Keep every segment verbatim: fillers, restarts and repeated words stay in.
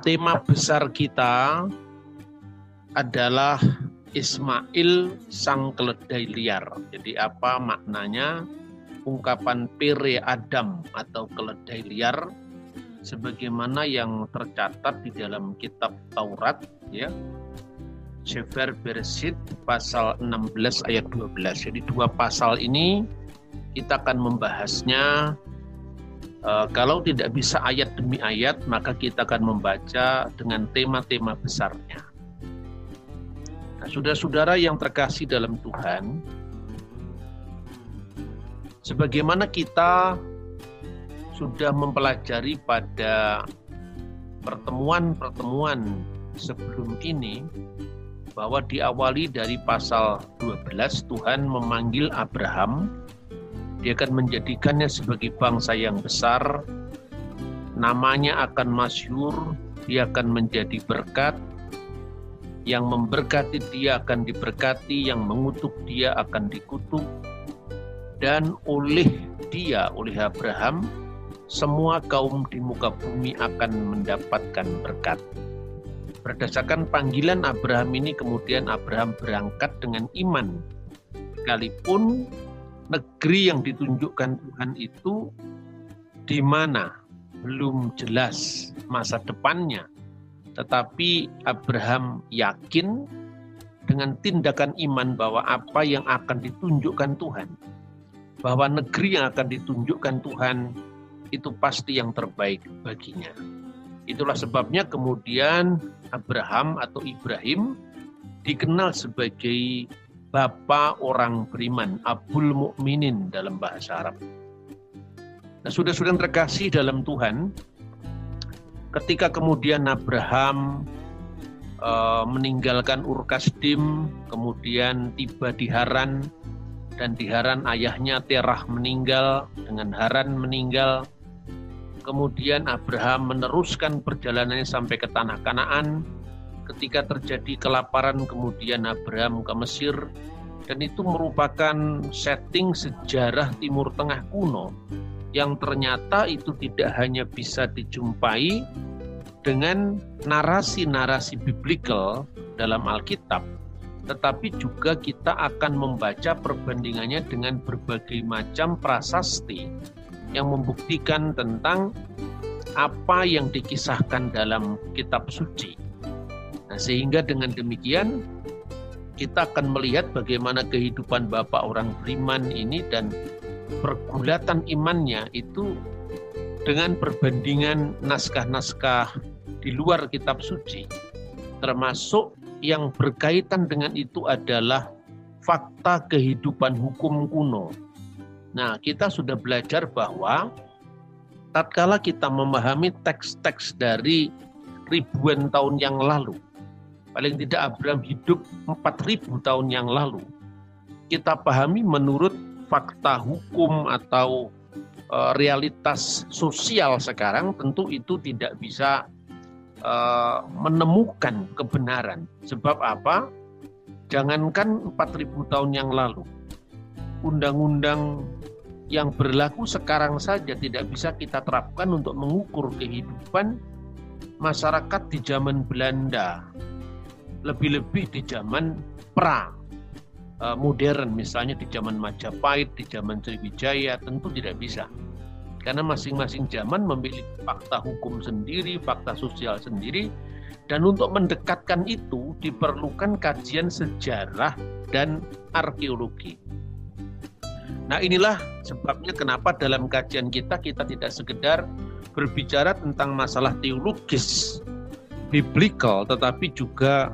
tema besar kita adalah Ismail sang keledai liar. Jadi apa maknanya ungkapan pere Adam atau keledai liar sebagaimana yang tercatat di dalam kitab Taurat, ya, Sefer Bereshit pasal enam belas ayat dua belas. Jadi dua pasal ini kita akan membahasnya. Uh, kalau tidak bisa ayat demi ayat, maka kita akan membaca dengan tema-tema besarnya. Nah, saudara-saudara yang terkasih dalam Tuhan, sebagaimana kita sudah mempelajari pada pertemuan-pertemuan sebelum ini, bahwa diawali dari pasal dua belas, Tuhan memanggil Abraham. Dia akan menjadikannya sebagai bangsa yang besar, namanya akan masyhur, dia akan menjadi berkat, yang memberkati dia akan diberkati, yang mengutuk dia akan dikutuk, dan oleh dia, oleh Abraham, semua kaum di muka bumi akan mendapatkan berkat. Berdasarkan panggilan Abraham ini, kemudian Abraham berangkat dengan iman, sekalipun negeri yang ditunjukkan Tuhan itu di mana belum jelas masa depannya, tetapi Abraham yakin dengan tindakan iman bahwa apa yang akan ditunjukkan Tuhan, bahwa negeri yang akan ditunjukkan Tuhan itu pasti yang terbaik baginya. Itulah sebabnya kemudian Abraham atau Ibrahim dikenal sebagai Bapa orang beriman, Abul Mukminin dalam bahasa Arab. Nah, saudara-saudara yang terkasih dalam Tuhan, ketika kemudian Abraham uh, meninggalkan Ur Kasdim, kemudian tiba di Haran, dan di Haran ayahnya Terah meninggal, dengan Haran meninggal, kemudian Abraham meneruskan perjalanannya sampai ke tanah Kanaan. Ketika terjadi kelaparan, kemudian Abraham ke Mesir, dan itu merupakan setting sejarah Timur Tengah kuno yang ternyata itu tidak hanya bisa dijumpai dengan narasi-narasi biblikal dalam Alkitab, tetapi juga kita akan membaca perbandingannya dengan berbagai macam prasasti yang membuktikan tentang apa yang dikisahkan dalam kitab suci. Nah, sehingga dengan demikian kita akan melihat bagaimana kehidupan Bapak orang beriman ini dan pergulatan imannya itu dengan perbandingan naskah-naskah di luar kitab suci. Termasuk yang berkaitan dengan itu adalah fakta kehidupan hukum kuno. Nah, kita sudah belajar bahwa tatkala kita memahami teks-teks dari ribuan tahun yang lalu, paling tidak Abraham hidup empat ribu tahun yang lalu, kita pahami menurut fakta hukum atau e, realitas sosial sekarang, tentu itu tidak bisa e, menemukan kebenaran. Sebab apa? Jangankan empat ribu tahun yang lalu, undang-undang yang berlaku sekarang saja tidak bisa kita terapkan untuk mengukur kehidupan masyarakat di zaman Belanda, lebih-lebih di zaman pra uh, modern, misalnya di zaman Majapahit, di zaman Sriwijaya, tentu tidak bisa. Karena masing-masing zaman memiliki fakta hukum sendiri, fakta sosial sendiri, dan untuk mendekatkan itu diperlukan kajian sejarah dan arkeologi. Nah, inilah sebabnya kenapa dalam kajian kita, kita tidak sekedar berbicara tentang masalah teologis, biblikal, tetapi juga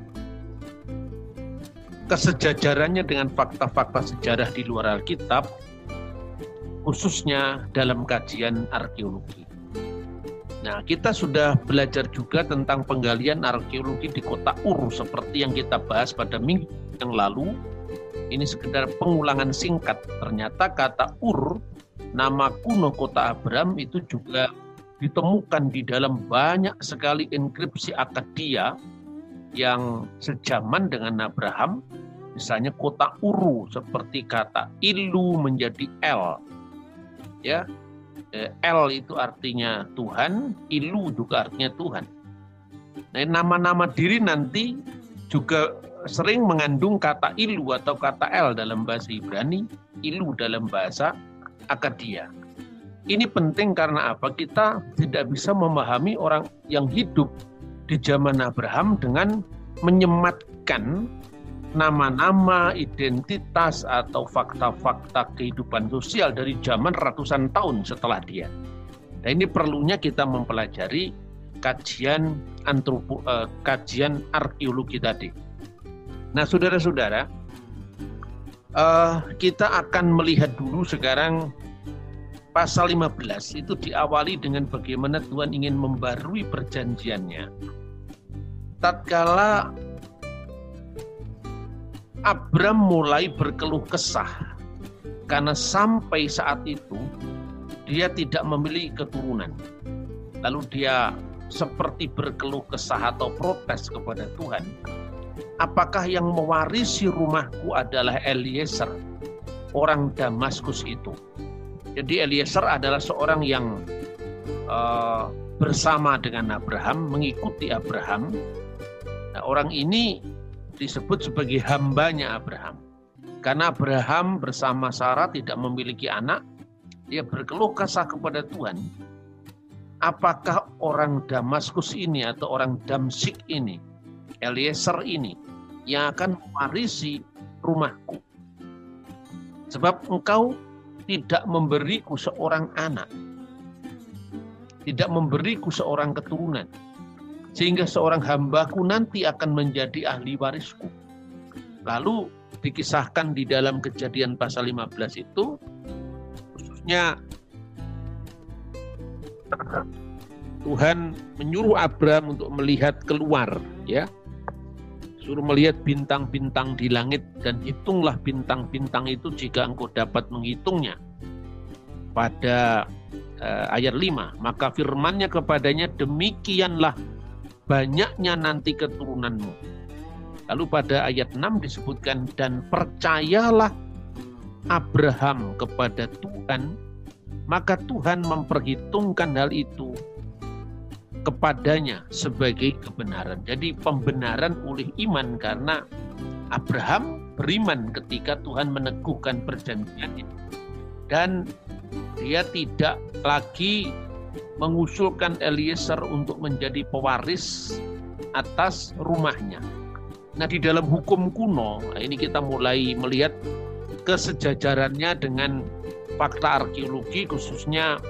kesejajarannya dengan fakta-fakta sejarah di luar Alkitab, khususnya dalam kajian arkeologi. Nah, kita sudah belajar juga tentang penggalian arkeologi di kota Ur, seperti yang kita bahas pada minggu yang lalu. Ini sekedar pengulangan singkat. Ternyata kata Ur, nama kuno kota Abraham, itu juga ditemukan di dalam banyak sekali inskripsi Akkadia yang sejaman dengan Abraham. Misalnya kota Uru, seperti kata Ilu menjadi El, ya, El itu artinya Tuhan, Ilu juga artinya Tuhan. Nah, nama-nama diri nanti juga sering mengandung kata ilu atau kata el dalam bahasa Ibrani, ilu dalam bahasa Akkadia. Ini penting karena apa? Kita tidak bisa memahami orang yang hidup di zaman Abraham dengan menyematkan nama-nama, identitas, atau fakta-fakta kehidupan sosial dari zaman ratusan tahun setelah dia. Nah, ini perlunya kita mempelajari kajian antropo, eh, kajian arkeologi tadi. Nah, saudara-saudara, eh, kita akan melihat dulu sekarang pasal lima belas itu diawali dengan bagaimana Tuhan ingin membarui perjanjiannya. Tatkala Abram mulai berkeluh kesah karena sampai saat itu dia tidak memiliki keturunan. Lalu dia seperti berkeluh kesah atau protes kepada Tuhan. Apakah yang mewarisi rumahku adalah Eliezer, orang Damaskus itu? Jadi Eliezer adalah seorang yang uh, bersama dengan Abraham, mengikuti Abraham. Nah, orang ini disebut sebagai hambanya Abraham. Karena Abraham bersama Sarah tidak memiliki anak, dia berkeluh kesah kepada Tuhan. Apakah orang Damaskus ini atau orang Damsyik ini, Eliezer ini, yang akan mewarisi rumahku? Sebab engkau tidak memberiku seorang anak, tidak memberiku seorang keturunan, sehingga seorang hambaku nanti akan menjadi ahli warisku. Lalu dikisahkan di dalam Kejadian pasal lima belas itu, khususnya Tuhan menyuruh Abram untuk melihat keluar, ya, suruh melihat bintang-bintang di langit dan hitunglah bintang-bintang itu jika engkau dapat menghitungnya. Pada uh, ayat lima, maka firman-Nya kepadanya, demikianlah banyaknya nanti keturunanmu. Lalu pada ayat enam disebutkan, dan percayalah Abraham kepada Tuhan, maka Tuhan memperhitungkan hal itu kepadanya sebagai kebenaran. Jadi pembenaran oleh iman, karena Abraham beriman ketika Tuhan meneguhkan perjanjian itu. Dan dia tidak lagi mengusulkan Eliezer untuk menjadi pewaris atas rumahnya. Nah, di dalam hukum kuno, nah ini kita mulai melihat kesejajarannya dengan fakta arkeologi, khususnya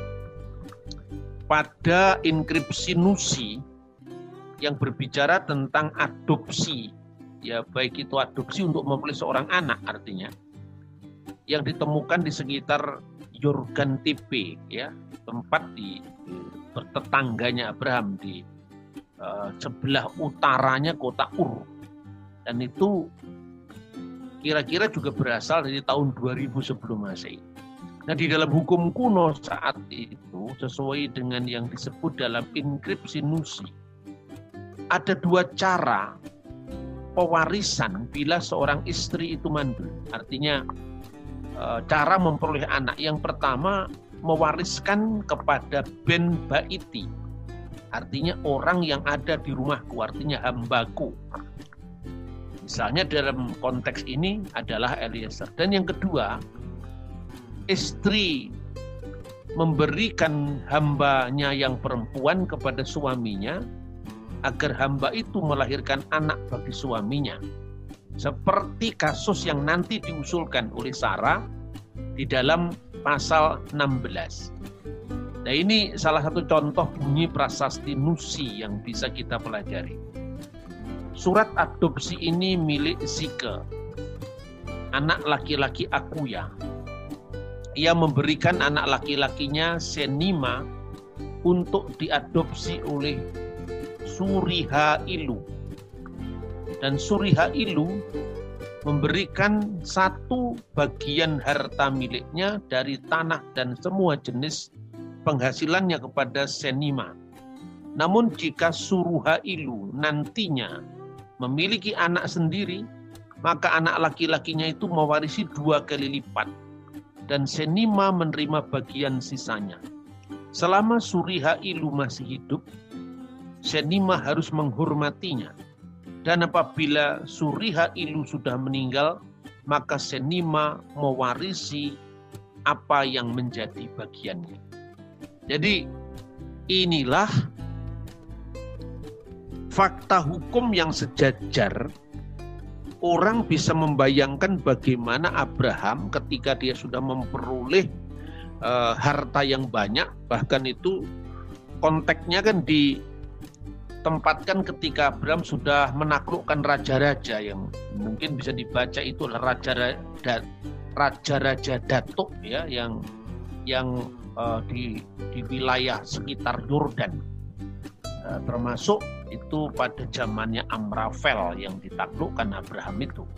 pada inskripsi Nusi yang berbicara tentang adopsi, ya baik itu adopsi untuk memilih seorang anak artinya, yang ditemukan di sekitar Yordan Tepe, ya tempat di, di tetangganya Abraham di uh, sebelah utaranya kota Ur, dan itu kira-kira juga berasal dari tahun dua ribu sebelum Masehi. Nah, di dalam hukum kuno saat itu, sesuai dengan yang disebut dalam inskripsi Nusi, ada dua cara pewarisan bila seorang istri itu mandul. Artinya cara memperoleh anak. Yang pertama, mewariskan kepada ben baiti, artinya orang yang ada di rumahku, artinya hambaku. Misalnya dalam konteks ini adalah Eliezer. Dan yang kedua, istri memberikan hambanya yang perempuan kepada suaminya agar hamba itu melahirkan anak bagi suaminya. Seperti kasus yang nanti diusulkan oleh Sarah di dalam pasal enam belas. Nah, ini salah satu contoh bunyi prasasti Nusi yang bisa kita pelajari. Surat adopsi ini milik Zike, anak laki-laki Akuya. Ia memberikan anak laki-lakinya Senima untuk diadopsi oleh Surihailu. Dan Surihailu memberikan satu bagian harta miliknya dari tanah dan semua jenis penghasilannya kepada Senima. Namun jika Surihailu nantinya memiliki anak sendiri, maka anak laki-lakinya itu mewarisi dua kali lipat, dan Senima menerima bagian sisanya. Selama Surihailu masih hidup, senima harus menghormatinya. Dan apabila Suriha Ilu sudah meninggal, maka senima mewarisi apa yang menjadi bagiannya. Jadi inilah fakta hukum yang sejajar. Orang bisa membayangkan bagaimana Abraham ketika dia sudah memperoleh uh, harta yang banyak, bahkan itu konteksnya kan ditempatkan ketika Abraham sudah menaklukkan raja-raja yang mungkin bisa dibaca itu adalah raja-raja raja-raja Datuk ya, yang yang uh, di di wilayah sekitar Yordan, uh, termasuk itu pada zamannya Amrafel yang ditaklukkan Abraham itu.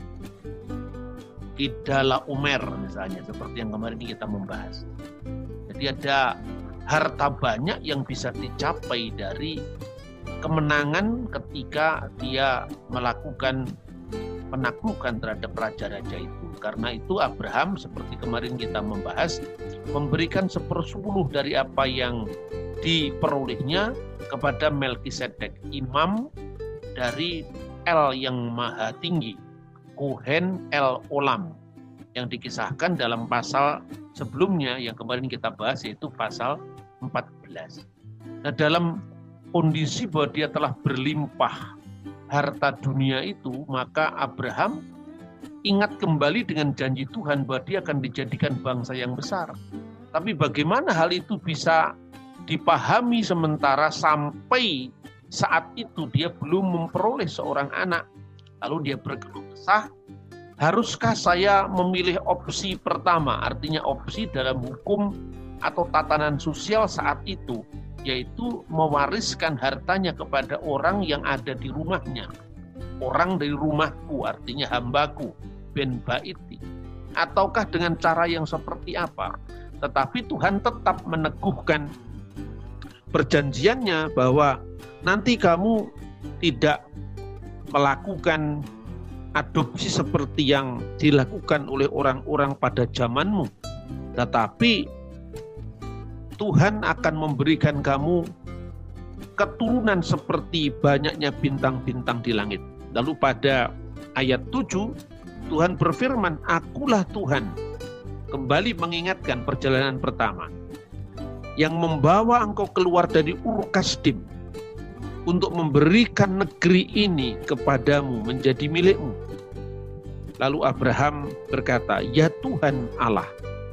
Kidala Umer misalnya, seperti yang kemarin kita membahas. Jadi ada harta banyak yang bisa dicapai dari kemenangan ketika dia melakukan penaklukan terhadap raja-raja itu. Karena itu Abraham, seperti kemarin kita membahas, memberikan sepersepuluh dari apa yang diperolehnya kepada Melkisedek, imam dari El yang Maha Tinggi, Kohen El Olam, yang dikisahkan dalam pasal sebelumnya yang kemarin kita bahas, yaitu pasal empat belas. Nah, dalam kondisi bahwa dia telah berlimpah harta dunia itu, maka Abraham ingat kembali dengan janji Tuhan bahwa dia akan dijadikan bangsa yang besar. Tapi bagaimana hal itu bisa dipahami sementara sampai saat itu dia belum memperoleh seorang anak? Lalu dia berkeluh kesah, haruskah saya memilih opsi pertama, artinya opsi dalam hukum atau tatanan sosial saat itu, yaitu mewariskan hartanya kepada orang yang ada di rumahnya, orang dari rumahku, artinya hambaku, ben baiti, ataukah dengan cara yang seperti apa? Tetapi Tuhan tetap meneguhkan perjanjiannya bahwa nanti kamu tidak melakukan adopsi seperti yang dilakukan oleh orang-orang pada zamanmu, tetapi Tuhan akan memberikan kamu keturunan seperti banyaknya bintang-bintang di langit. Lalu pada ayat tujuh, Tuhan berfirman, akulah Tuhan. Kembali mengingatkan perjalanan pertama, yang membawa engkau keluar dari Ur Kasdim untuk memberikan negeri ini kepadamu menjadi milikmu. Lalu Abraham berkata, ya Tuhan Allah,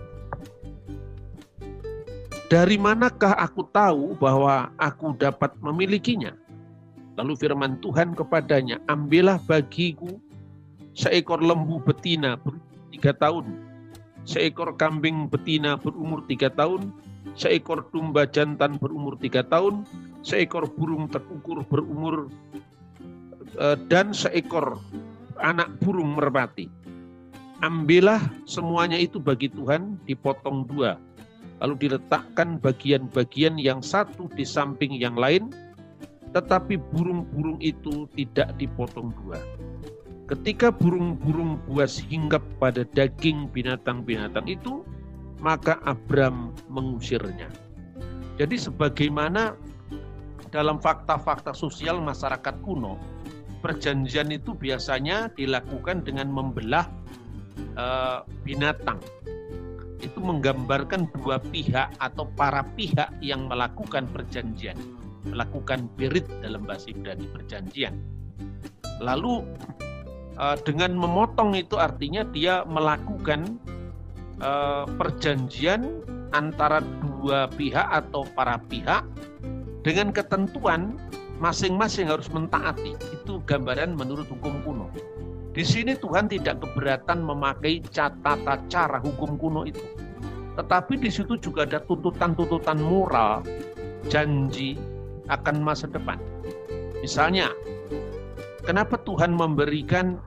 dari manakah aku tahu bahwa aku dapat memilikinya? Lalu firman Tuhan kepadanya, ambillah bagiku seekor lembu betina berumur tiga tahun, seekor kambing betina berumur tiga tahun, seekor domba jantan berumur tiga tahun, seekor burung tekukur berumur uh, dan seekor anak burung merpati. Ambillah semuanya itu bagi Tuhan, dipotong dua, lalu diletakkan bagian-bagian yang satu di samping yang lain, tetapi burung-burung itu tidak dipotong dua. Ketika burung-burung buas hinggap pada daging binatang-binatang itu, maka Abram mengusirnya. Jadi sebagaimana dalam fakta-fakta sosial masyarakat kuno, perjanjian itu biasanya dilakukan dengan membelah uh, binatang. Itu menggambarkan dua pihak atau para pihak yang melakukan perjanjian, melakukan berit dalam bahasa Ibrani, perjanjian. Lalu uh, dengan memotong itu artinya dia melakukan uh, perjanjian antara dua pihak atau para pihak dengan ketentuan masing-masing harus mentaati. Itu gambaran menurut hukum kuno. Di sini Tuhan tidak keberatan memakai tata cara hukum kuno itu. Tetapi di situ juga ada tuntutan-tuntutan moral, janji akan masa depan. Misalnya, kenapa Tuhan memberikan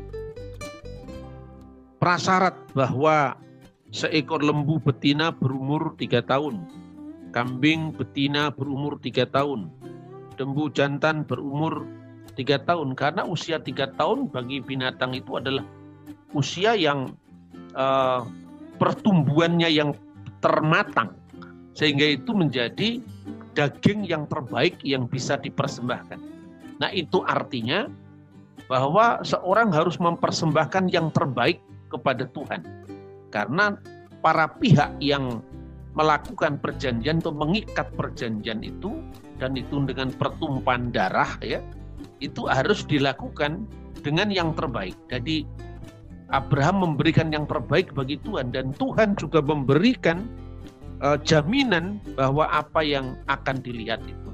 prasyarat bahwa seekor lembu betina berumur tiga tahun, kambing betina berumur tiga tahun, lembu jantan berumur tiga tahun, karena usia tiga tahun bagi binatang itu adalah usia yang uh, pertumbuhannya yang termatang, sehingga itu menjadi daging yang terbaik yang bisa dipersembahkan. Nah, itu artinya bahwa seorang harus mempersembahkan yang terbaik kepada Tuhan. Karena para pihak yang melakukan perjanjian atau mengikat perjanjian itu, dan itu dengan pertumpahan darah ya, itu harus dilakukan dengan yang terbaik. Jadi Abraham memberikan yang terbaik bagi Tuhan, dan Tuhan juga memberikan uh, jaminan bahwa apa yang akan dilihat itu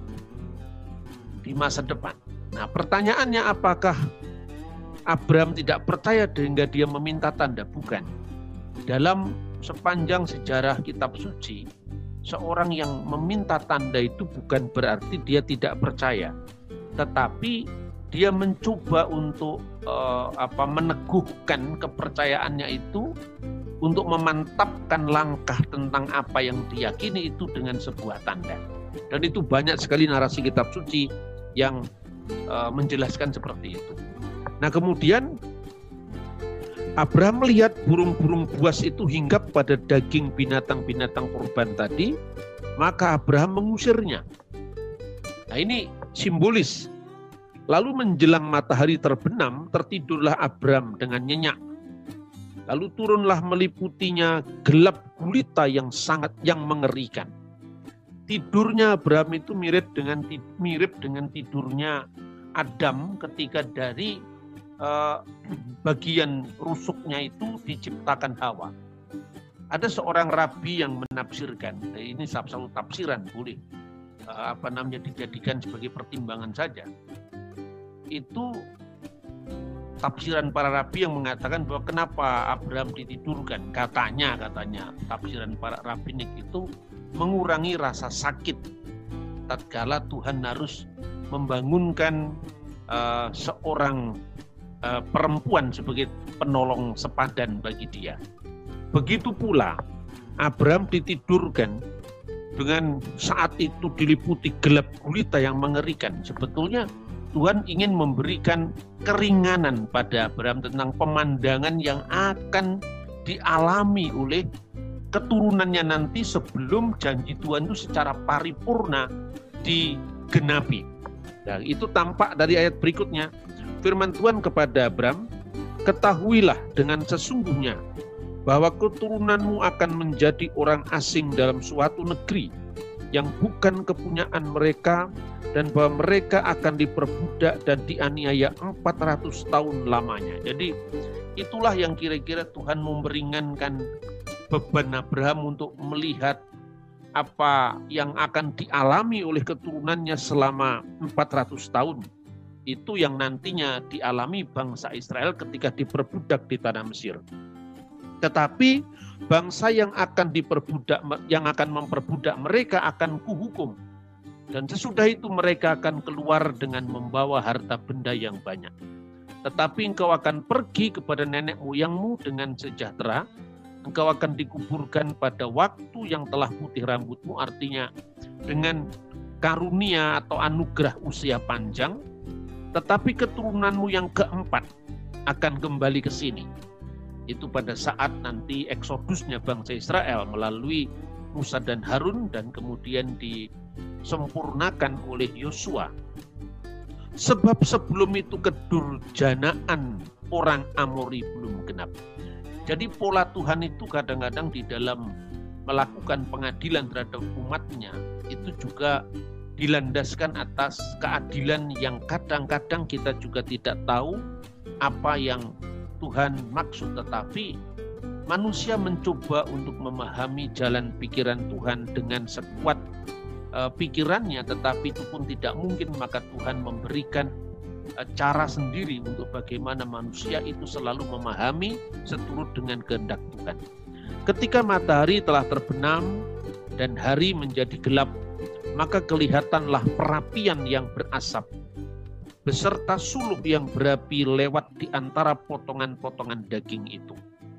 di masa depan. Nah, pertanyaannya, apakah Abraham tidak percaya sehingga dia meminta tanda? Bukan. Dalam sepanjang sejarah kitab suci, seorang yang meminta tanda itu bukan berarti dia tidak percaya, tetapi dia mencoba untuk uh, apa meneguhkan kepercayaannya itu, untuk memantapkan langkah tentang apa yang diyakini itu dengan sebuah tanda. Dan itu banyak sekali narasi kitab suci yang uh, menjelaskan seperti itu. Nah, kemudian Abraham melihat burung-burung buas itu hinggap pada daging binatang-binatang kurban tadi, maka Abraham mengusirnya. Nah, ini simbolis. Lalu menjelang matahari terbenam, tertidurlah Abraham dengan nyenyak. Lalu turunlah meliputinya gelap gulita yang sangat yang mengerikan. Tidurnya Abraham itu mirip dengan mirip dengan tidurnya Adam ketika dari Uh, bagian rusuknya itu diciptakan Hawa. Ada seorang rabi yang menafsirkan, ini satu tafsiran boleh uh, apa namanya dijadikan sebagai pertimbangan saja. Itu tafsiran para rabi yang mengatakan bahwa kenapa Abraham ditidurkan, katanya katanya tafsiran para rabbinik itu mengurangi rasa sakit tatkala Tuhan harus membangunkan uh, seorang Uh, perempuan sebagai penolong sepadan bagi dia. Begitu pula Abraham ditidurkan dengan saat itu diliputi gelap gulita yang mengerikan. Sebetulnya Tuhan ingin memberikan keringanan pada Abraham tentang pemandangan yang akan dialami oleh keturunannya nanti sebelum janji Tuhan itu secara paripurna digenapi. Nah, itu tampak dari ayat berikutnya. Firman Tuhan kepada Abraham, ketahuilah dengan sesungguhnya bahwa keturunanmu akan menjadi orang asing dalam suatu negeri yang bukan kepunyaan mereka, dan bahwa mereka akan diperbudak dan dianiaya empat ratus tahun lamanya. Jadi itulah yang kira-kira Tuhan memperingankan beban Abraham untuk melihat apa yang akan dialami oleh keturunannya selama empat ratus tahun. Itu yang nantinya dialami bangsa Israel ketika diperbudak di tanah Mesir. Tetapi bangsa yang akan diperbudak, yang akan memperbudak mereka akan kuhukum. Dan sesudah itu mereka akan keluar dengan membawa harta benda yang banyak. Tetapi engkau akan pergi kepada nenek moyangmu dengan sejahtera. Engkau akan dikuburkan pada waktu yang telah putih rambutmu, artinya dengan karunia atau anugerah usia panjang. Tetapi keturunanmu yang keempat akan kembali ke sini. Itu pada saat nanti eksodusnya bangsa Israel melalui Musa dan Harun, dan kemudian disempurnakan oleh Yosua. Sebab sebelum itu kedurjanaan orang Amori belum genap. Jadi pola Tuhan itu kadang-kadang di dalam melakukan pengadilan terhadap umatnya itu juga dilandaskan atas keadilan yang kadang-kadang kita juga tidak tahu apa yang Tuhan maksud, tetapi manusia mencoba untuk memahami jalan pikiran Tuhan dengan sekuat uh, pikirannya, tetapi itu pun tidak mungkin, maka Tuhan memberikan uh, cara sendiri untuk bagaimana manusia itu selalu memahami seturut dengan kehendak Tuhan. Ketika matahari telah terbenam dan hari menjadi gelap, maka kelihatanlah perapian yang berasap beserta suluh yang berapi lewat di antara potongan-potongan daging itu.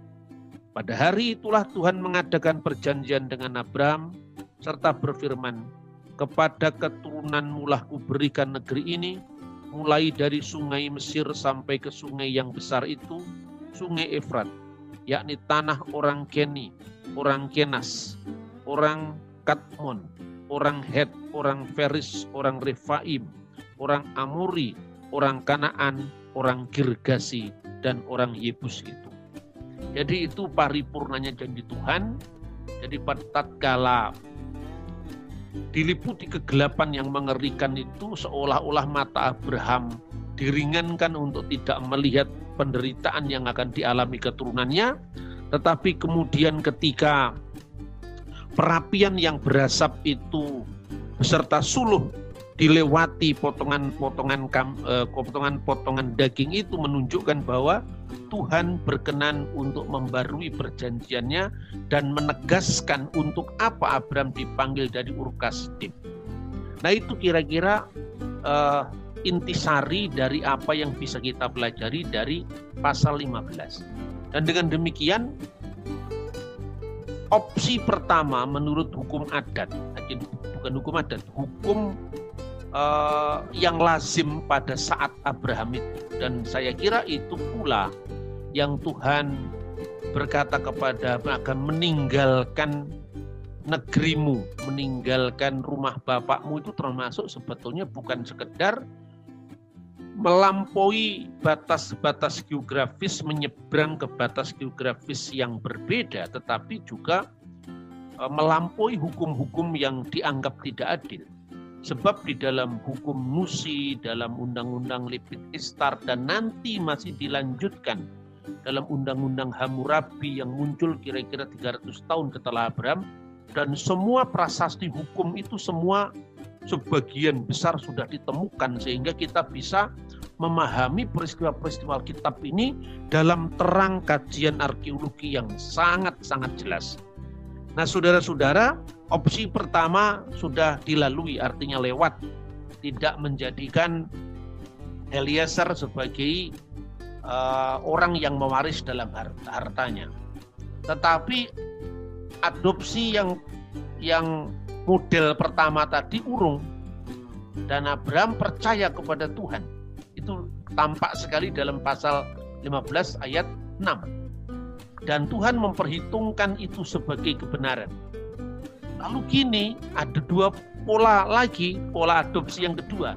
Pada hari itulah Tuhan mengadakan perjanjian dengan Abraham serta berfirman, kepada keturunanmu lah kuberikan negeri ini, mulai dari sungai Mesir sampai ke sungai yang besar itu, sungai Efrat, yakni tanah orang Keni, orang Kenas, orang Kadmon, orang Het, orang Feris, orang Refaim, orang Amori, orang Kanaan, orang Girgasi, dan orang Yebus itu. Jadi itu paripurnanya janji Tuhan. Jadi pada tatkala diliputi kegelapan yang mengerikan itu, seolah-olah mata Abraham diringankan untuk tidak melihat penderitaan yang akan dialami keturunannya. Tetapi kemudian ketika perapian yang berasap itu beserta suluh dilewati potongan-potongan eh, potongan-potongan daging itu, menunjukkan bahwa Tuhan berkenan untuk membarui perjanjiannya dan menegaskan untuk apa Abraham dipanggil dari Ur Kasdim. Nah, itu kira-kira eh, intisari dari apa yang bisa kita pelajari dari pasal lima belas. Dan dengan demikian, opsi pertama menurut hukum adat, bukan hukum adat, hukum Uh, yang lazim pada saat Abraham itu, dan saya kira itu pula yang Tuhan berkata kepada akan meninggalkan negerimu, meninggalkan rumah bapakmu, itu termasuk sebetulnya bukan sekedar melampaui batas-batas geografis, menyeberang ke batas geografis yang berbeda, tetapi juga uh, melampaui hukum-hukum yang dianggap tidak adil. Sebab di dalam hukum Musi, dalam undang-undang Levit Istar, dan nanti masih dilanjutkan dalam undang-undang Hammurabi yang muncul kira-kira tiga ratus tahun setelah Abraham, dan semua prasasti hukum itu semua sebagian besar sudah ditemukan sehingga kita bisa memahami peristiwa-peristiwa kitab ini dalam terang kajian arkeologi yang sangat-sangat jelas. Nah, saudara-saudara, opsi pertama sudah dilalui, artinya lewat, tidak menjadikan Eliezer sebagai uh, orang yang mewaris dalam hartanya. Tetapi adopsi yang yang model pertama tadi urung, dan Abraham percaya kepada Tuhan. Itu tampak sekali dalam pasal lima belas ayat enam. Dan Tuhan memperhitungkan itu sebagai kebenaran. Lalu kini ada dua pola lagi, pola adopsi yang kedua.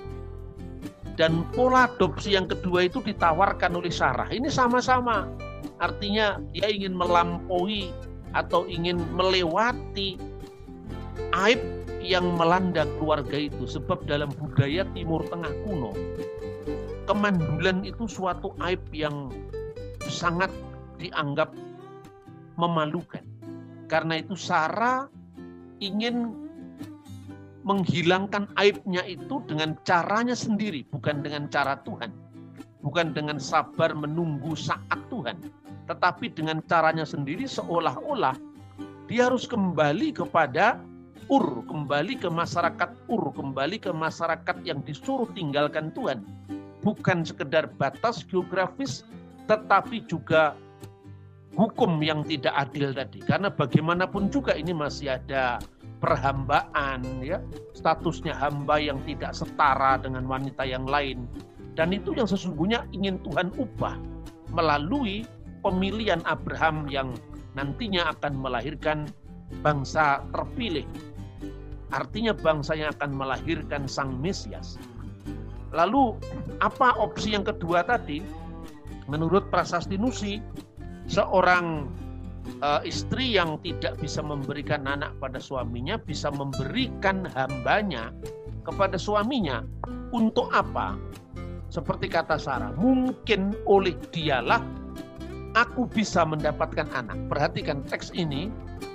Dan pola adopsi yang kedua itu ditawarkan oleh Sarah. Ini sama-sama, artinya dia ingin melampaui atau ingin melewati aib yang melanda keluarga itu. Sebab dalam budaya Timur Tengah kuno, kemandulan itu suatu aib yang sangat dianggap memalukan. Karena itu Sarah ingin menghilangkan aibnya itu dengan caranya sendiri, bukan dengan cara Tuhan. Bukan dengan sabar menunggu saat Tuhan, tetapi dengan caranya sendiri, seolah-olah dia harus kembali kepada Ur, kembali ke masyarakat Ur, kembali ke masyarakat yang disuruh tinggalkan Tuhan. Bukan sekedar batas geografis, tetapi juga hukum yang tidak adil tadi. Karena bagaimanapun juga ini masih ada perhambaan, ya, statusnya hamba yang tidak setara dengan wanita yang lain. Dan itu yang sesungguhnya ingin Tuhan ubah melalui pemilihan Abraham yang nantinya akan melahirkan bangsa terpilih. Artinya bangsa yang akan melahirkan Sang Mesias. Lalu apa opsi yang kedua tadi? Menurut prasasti Nusi, seorang uh, istri yang tidak bisa memberikan anak pada suaminya bisa memberikan hambanya kepada suaminya. Untuk apa? Seperti kata Sarah, mungkin oleh dialah aku bisa mendapatkan anak. Perhatikan teks ini,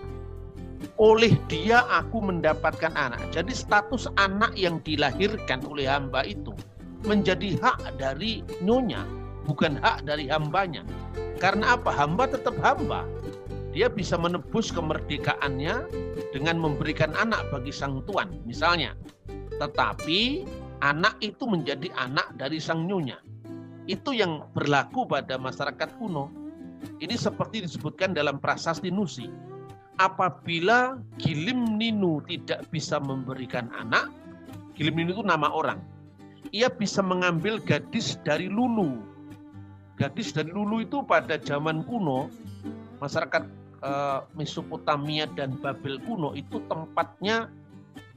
oleh dia aku mendapatkan anak. Jadi status anak yang dilahirkan oleh hamba itu menjadi hak dari nyonya, bukan hak dari hambanya. Karena apa? Hamba tetap hamba. Dia bisa menebus kemerdekaannya dengan memberikan anak bagi sang tuan, misalnya. Tetapi anak itu menjadi anak dari sang nyonya. Itu yang berlaku pada masyarakat kuno. Ini seperti disebutkan dalam prasasti Nusi. Apabila Gilim Ninu tidak bisa memberikan anak, Gilim Ninu itu nama orang. Ia bisa mengambil gadis dari Lulu. Gadis dari Lulu itu pada zaman kuno, masyarakat eh, Mesopotamia dan Babel kuno itu tempatnya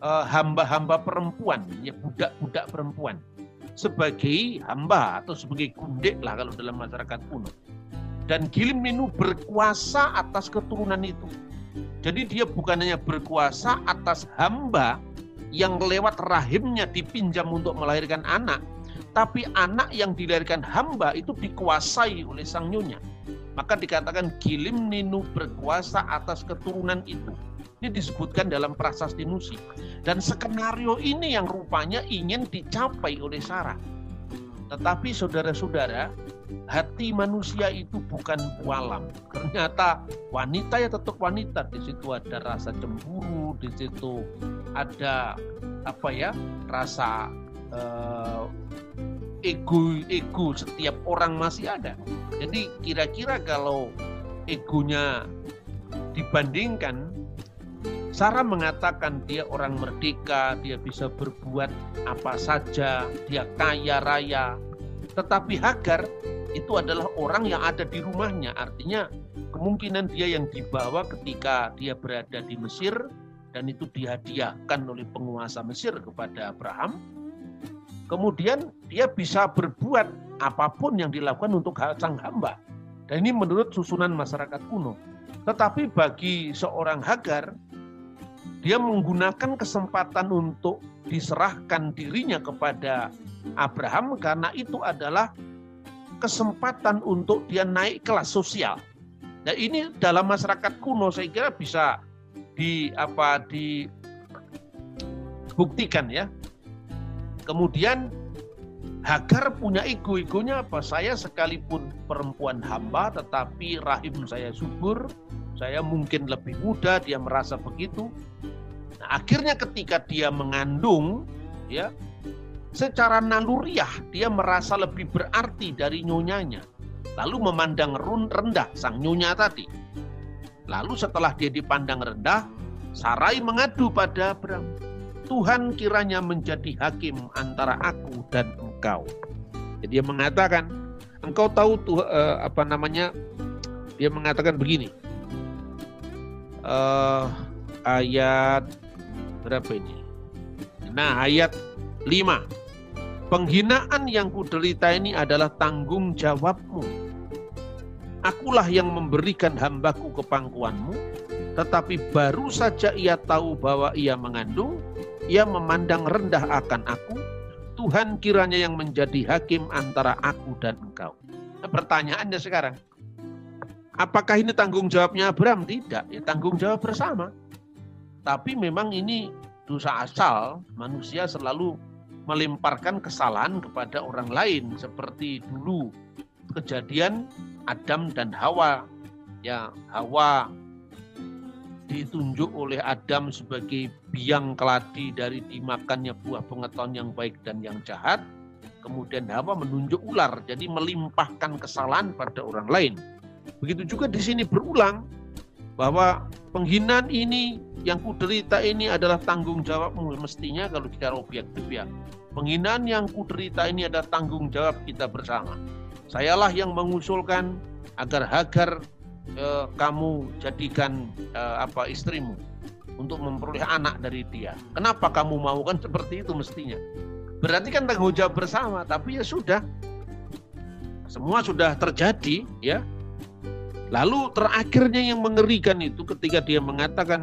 uh, hamba-hamba perempuan, ya budak-budak perempuan, sebagai hamba atau sebagai gundek lah kalau dalam masyarakat kuno. Dan Gilim Ninu berkuasa atas keturunan itu. Jadi dia bukan hanya berkuasa atas hamba yang lewat rahimnya dipinjam untuk melahirkan anak, tapi anak yang dilahirkan hamba itu dikuasai oleh sang nyonya. Maka dikatakan Gilim Ninu berkuasa atas keturunan itu. Ini disebutkan dalam prasasti Nusi. Dan skenario ini yang rupanya ingin dicapai oleh Sarah. Tetapi saudara-saudara, hati manusia itu bukan walam. Ternyata wanita ya tetap wanita. Di situ ada rasa cemburu, di situ ada apa ya, rasa uh, ego ego setiap orang masih ada. Jadi kira-kira kalau egonya dibandingkan, Sarah mengatakan dia orang merdeka, dia bisa berbuat apa saja, dia kaya raya. Tetapi Hagar itu adalah orang yang ada di rumahnya. Artinya kemungkinan dia yang dibawa ketika dia berada di Mesir dan itu dihadiahkan oleh penguasa Mesir kepada Abraham. Kemudian dia bisa berbuat apapun yang dilakukan untuk sang hamba. Dan ini menurut susunan masyarakat kuno. Tetapi bagi seorang Hagar, dia menggunakan kesempatan untuk diserahkan dirinya kepada Abraham karena itu adalah kesempatan untuk dia naik kelas sosial. Nah ini dalam masyarakat kuno saya kira bisa di apa dibuktikan ya. Kemudian Hagar punya ego-egonya apa? Saya sekalipun perempuan hamba tetapi rahim saya subur, saya mungkin lebih muda, dia merasa begitu. Nah, akhirnya ketika dia mengandung, ya, secara naluriah dia merasa lebih berarti dari nyonyanya. Lalu memandang rendah sang nyonya tadi. Lalu setelah dia dipandang rendah, Sarai mengadu pada Abram. Tuhan kiranya menjadi hakim antara aku dan engkau. Jadi dia mengatakan, engkau tahu tuh uh, apa namanya? Dia mengatakan begini. Uh, ayat berapa ini? Nah, ayat lima. Penghinaan yang kuderita ini adalah tanggung jawabmu. Akulah yang memberikan hambaku ke pangkuanmu, tetapi baru saja ia tahu bahwa ia mengandung, ia memandang rendah akan aku. Tuhan kiranya yang menjadi hakim antara aku dan engkau. Nah, pertanyaannya sekarang, apakah ini tanggung jawabnya Abraham? Tidak, ya, tanggung jawab bersama. Tapi memang ini dosa asal, manusia selalu melemparkan kesalahan kepada orang lain. Seperti dulu kejadian Adam dan Hawa. Ya, Hawa ditunjuk oleh Adam sebagai biang keladi dari dimakannya buah pengetahuan yang baik dan yang jahat. Kemudian Hawa menunjuk ular, jadi melimpahkan kesalahan pada orang lain. Begitu juga di sini berulang bahwa penghinaan ini yang kuderita ini adalah tanggung jawabmu. Mestinya kalau secara objektif ya, penghinaan yang kuderita ini adalah tanggung jawab kita bersama. Sayalah yang mengusulkan agar Hagar eh, kamu jadikan eh, apa istrimu untuk memperoleh anak dari dia. Kenapa kamu mau? Kan seperti itu mestinya. Berarti kan tanggung jawab bersama. Tapi ya sudah, semua sudah terjadi ya. Lalu terakhirnya yang mengerikan itu ketika dia mengatakan,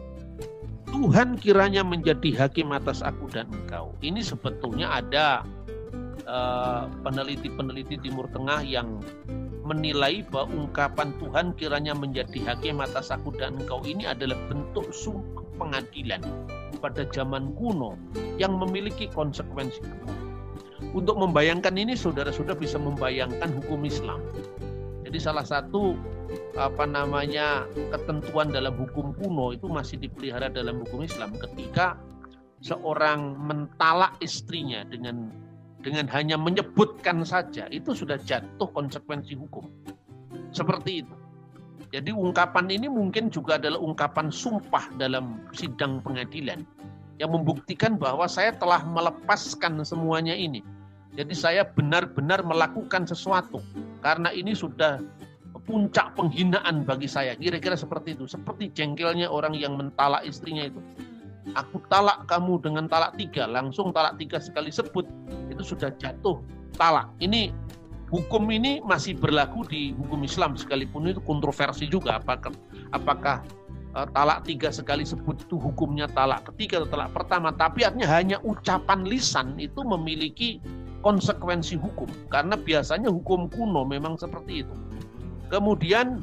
Tuhan kiranya menjadi hakim atas aku dan engkau. Ini sebetulnya ada uh, peneliti-peneliti Timur Tengah yang menilai bahwa ungkapan Tuhan kiranya menjadi hakim atas aku dan engkau ini adalah bentuk sumpah pengadilan pada zaman kuno yang memiliki konsekuensi. Untuk membayangkan ini, saudara-saudara bisa membayangkan hukum Islam. Jadi salah satu apa namanya ketentuan dalam hukum kuno itu masih dipelihara dalam hukum Islam ketika seorang mentalak istrinya dengan dengan hanya menyebutkan saja, itu sudah jatuh konsekuensi hukum. Seperti itu. Jadi ungkapan ini mungkin juga adalah ungkapan sumpah dalam sidang pengadilan yang membuktikan bahwa saya telah melepaskan semuanya ini. Jadi saya benar-benar melakukan sesuatu karena ini sudah puncak penghinaan bagi saya. Kira-kira seperti itu. Seperti jengkelnya orang yang mentalak istrinya itu. aku talak kamu dengan talak tiga, langsung talak tiga sekali sebut, itu sudah jatuh talak. Ini hukum ini masih berlaku di hukum Islam, sekalipun itu kontroversi juga, apakah apakah uh, talak tiga sekali sebut itu hukumnya talak ketiga atau talak pertama. Tapi artinya hanya ucapan lisan itu memiliki konsekuensi hukum, karena biasanya hukum kuno memang seperti itu. Kemudian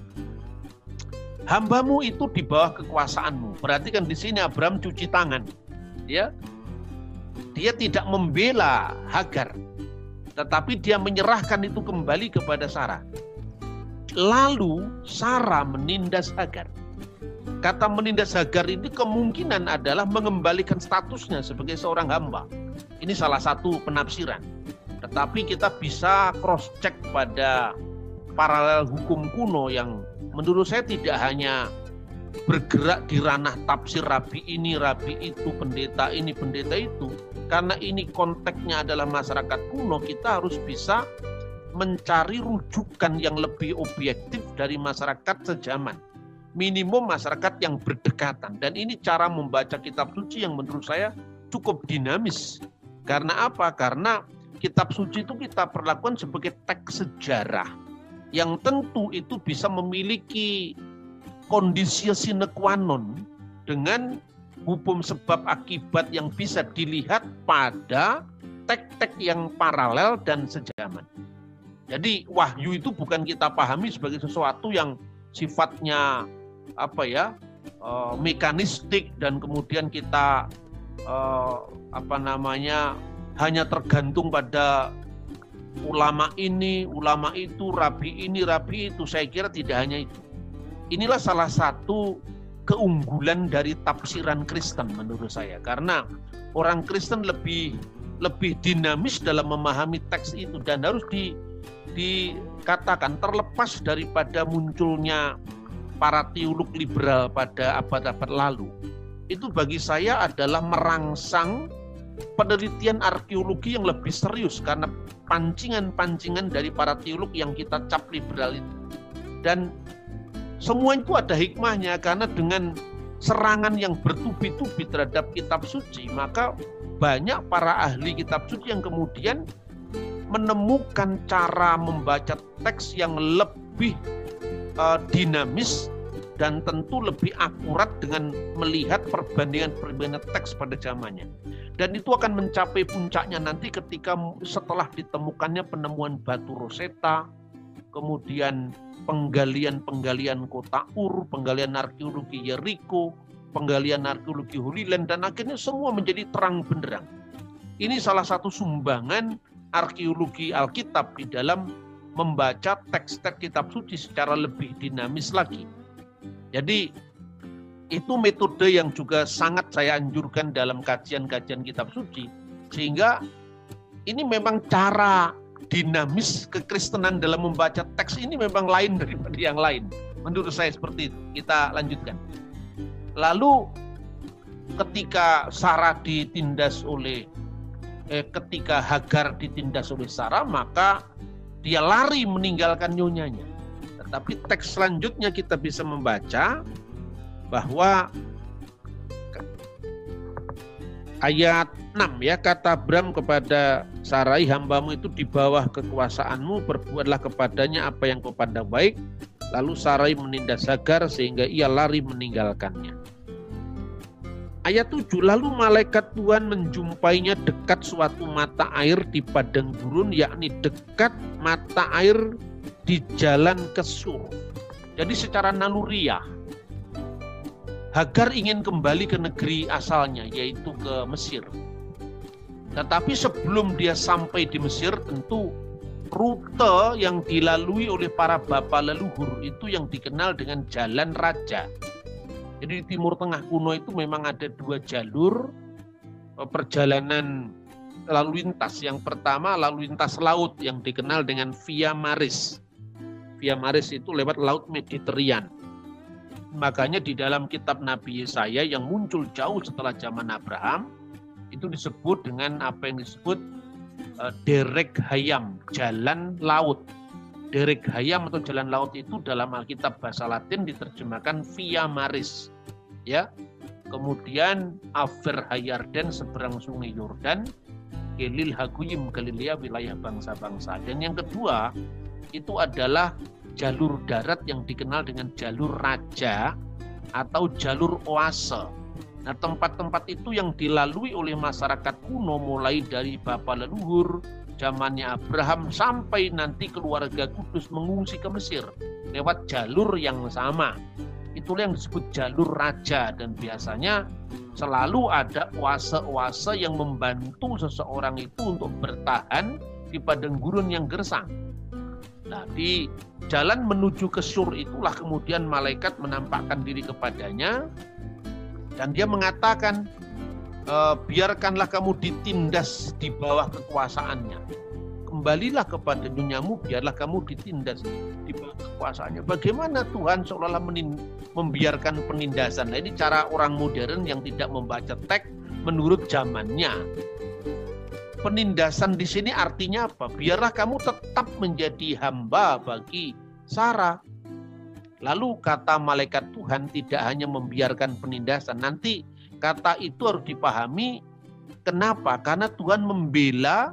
hambamu itu di bawah kekuasaanmu. Berarti kan di sini Abraham cuci tangan, ya. Dia tidak membela Hagar, tetapi dia menyerahkan itu kembali kepada Sarah. Lalu Sarah menindas Hagar. Kata menindas Hagar ini kemungkinan adalah mengembalikan statusnya sebagai seorang hamba. Ini salah satu penafsiran. Tetapi kita bisa cross check pada paralel hukum kuno yang menurut saya tidak hanya bergerak di ranah tafsir rabi ini, rabi itu, pendeta ini, pendeta itu. Karena ini konteksnya adalah masyarakat kuno, kita harus bisa mencari rujukan yang lebih objektif dari masyarakat sejaman. Minimum masyarakat yang berdekatan. Dan ini cara membaca kitab suci yang menurut saya cukup dinamis. Karena apa? Karena kitab suci itu kita perlakukan sebagai teks sejarah yang tentu itu bisa memiliki kondisi sine qua non dengan hukum sebab akibat yang bisa dilihat pada teks-teks yang paralel dan sejaman. Jadi wahyu itu bukan kita pahami sebagai sesuatu yang sifatnya apa ya uh, mekanistik dan kemudian kita uh, apa namanya hanya tergantung pada ulama ini, ulama itu, rabi ini, rabi itu. Saya kira tidak hanya itu. Inilah salah satu keunggulan dari tafsiran Kristen menurut saya. Karena orang Kristen lebih lebih dinamis dalam memahami teks itu dan harus di, dikatakan terlepas daripada munculnya para teolog liberal pada abad-abad lalu. Itu bagi saya adalah merangsang penelitian arkeologi yang lebih serius karena pancingan-pancingan dari para teolog yang kita cap liberal itu. Dan semua itu ada hikmahnya karena dengan serangan yang bertubi-tubi terhadap kitab suci, maka banyak para ahli kitab suci yang kemudian menemukan cara membaca teks yang lebih uh, dinamis dan tentu lebih akurat dengan melihat perbandingan-perbandingan teks pada zamannya. Dan itu akan mencapai puncaknya nanti ketika setelah ditemukannya penemuan batu Rosetta, kemudian penggalian-penggalian kota Ur, penggalian arkeologi Yeriko, penggalian arkeologi Holy Land, dan akhirnya semua menjadi terang benderang. Ini salah satu sumbangan arkeologi Alkitab di dalam membaca teks-teks kitab suci secara lebih dinamis lagi. Jadi itu metode yang juga sangat saya anjurkan dalam kajian-kajian kitab suci, sehingga ini memang cara dinamis kekristenan dalam membaca teks ini memang lain daripada yang lain. Menurut saya seperti itu. Kita lanjutkan. Lalu ketika Sarah ditindas oleh eh, ketika Hagar ditindas oleh Sarah, maka dia lari meninggalkan nyonyanya. Tetapi teks selanjutnya kita bisa membaca bahwa ayat enam ya, kata Abram kepada Sarai, hambamu itu di bawah kekuasaanmu, berbuatlah kepadanya apa yang kau pandang baik. Lalu Sarai menindas Hagar sehingga ia lari meninggalkannya. Ayat tujuh, lalu malaikat Tuhan menjumpainya dekat suatu mata air di padang gurun, yakni dekat mata air di jalan ke Sur. Jadi secara naluriah Hagar ingin kembali ke negeri asalnya, yaitu ke Mesir. Tetapi sebelum dia sampai di Mesir, tentu rute yang dilalui oleh para bapa leluhur itu yang dikenal dengan jalan raja. Jadi di Timur Tengah kuno itu memang ada dua jalur perjalanan lalu lintas. Yang pertama lalu lintas laut yang dikenal dengan Via Maris. Via Maris itu lewat Laut Mediterranean. Makanya di dalam kitab Nabi Yesaya yang muncul jauh setelah zaman Abraham, itu disebut dengan apa yang disebut uh, Derek Hayam, jalan laut. Derek Hayam atau jalan laut itu dalam Alkitab bahasa Latin diterjemahkan Via Maris. Ya. kemudian Aver Hayarden seberang sungai Yordan, Kelil Haguyim Galilea wilayah bangsa-bangsa. Dan yang kedua itu adalah jalur darat yang dikenal dengan jalur raja atau jalur oase. Nah, tempat-tempat itu yang dilalui oleh masyarakat kuno mulai dari bapa leluhur, zamannya Abraham sampai nanti keluarga Kudus mengungsi ke Mesir lewat jalur yang sama. Itulah yang disebut jalur raja, dan biasanya selalu ada oase-oase yang membantu seseorang itu untuk bertahan di padang gurun yang gersang. Nah, di jalan menuju ke Sur itulah kemudian malaikat menampakkan diri kepadanya dan dia mengatakan, e, biarkanlah kamu ditindas di bawah kekuasaannya. Kembalilah kepada duniamu, biarlah kamu ditindas di bawah kekuasaannya. Bagaimana Tuhan seolah-olah membiarkan penindasan? Nah, ini cara orang modern yang tidak membaca teks menurut zamannya. Penindasan di sini artinya apa? Biarlah kamu tetap menjadi hamba bagi Sarah. Lalu kata malaikat Tuhan tidak hanya membiarkan penindasan. Nanti kata itu harus dipahami. Kenapa? Karena Tuhan membela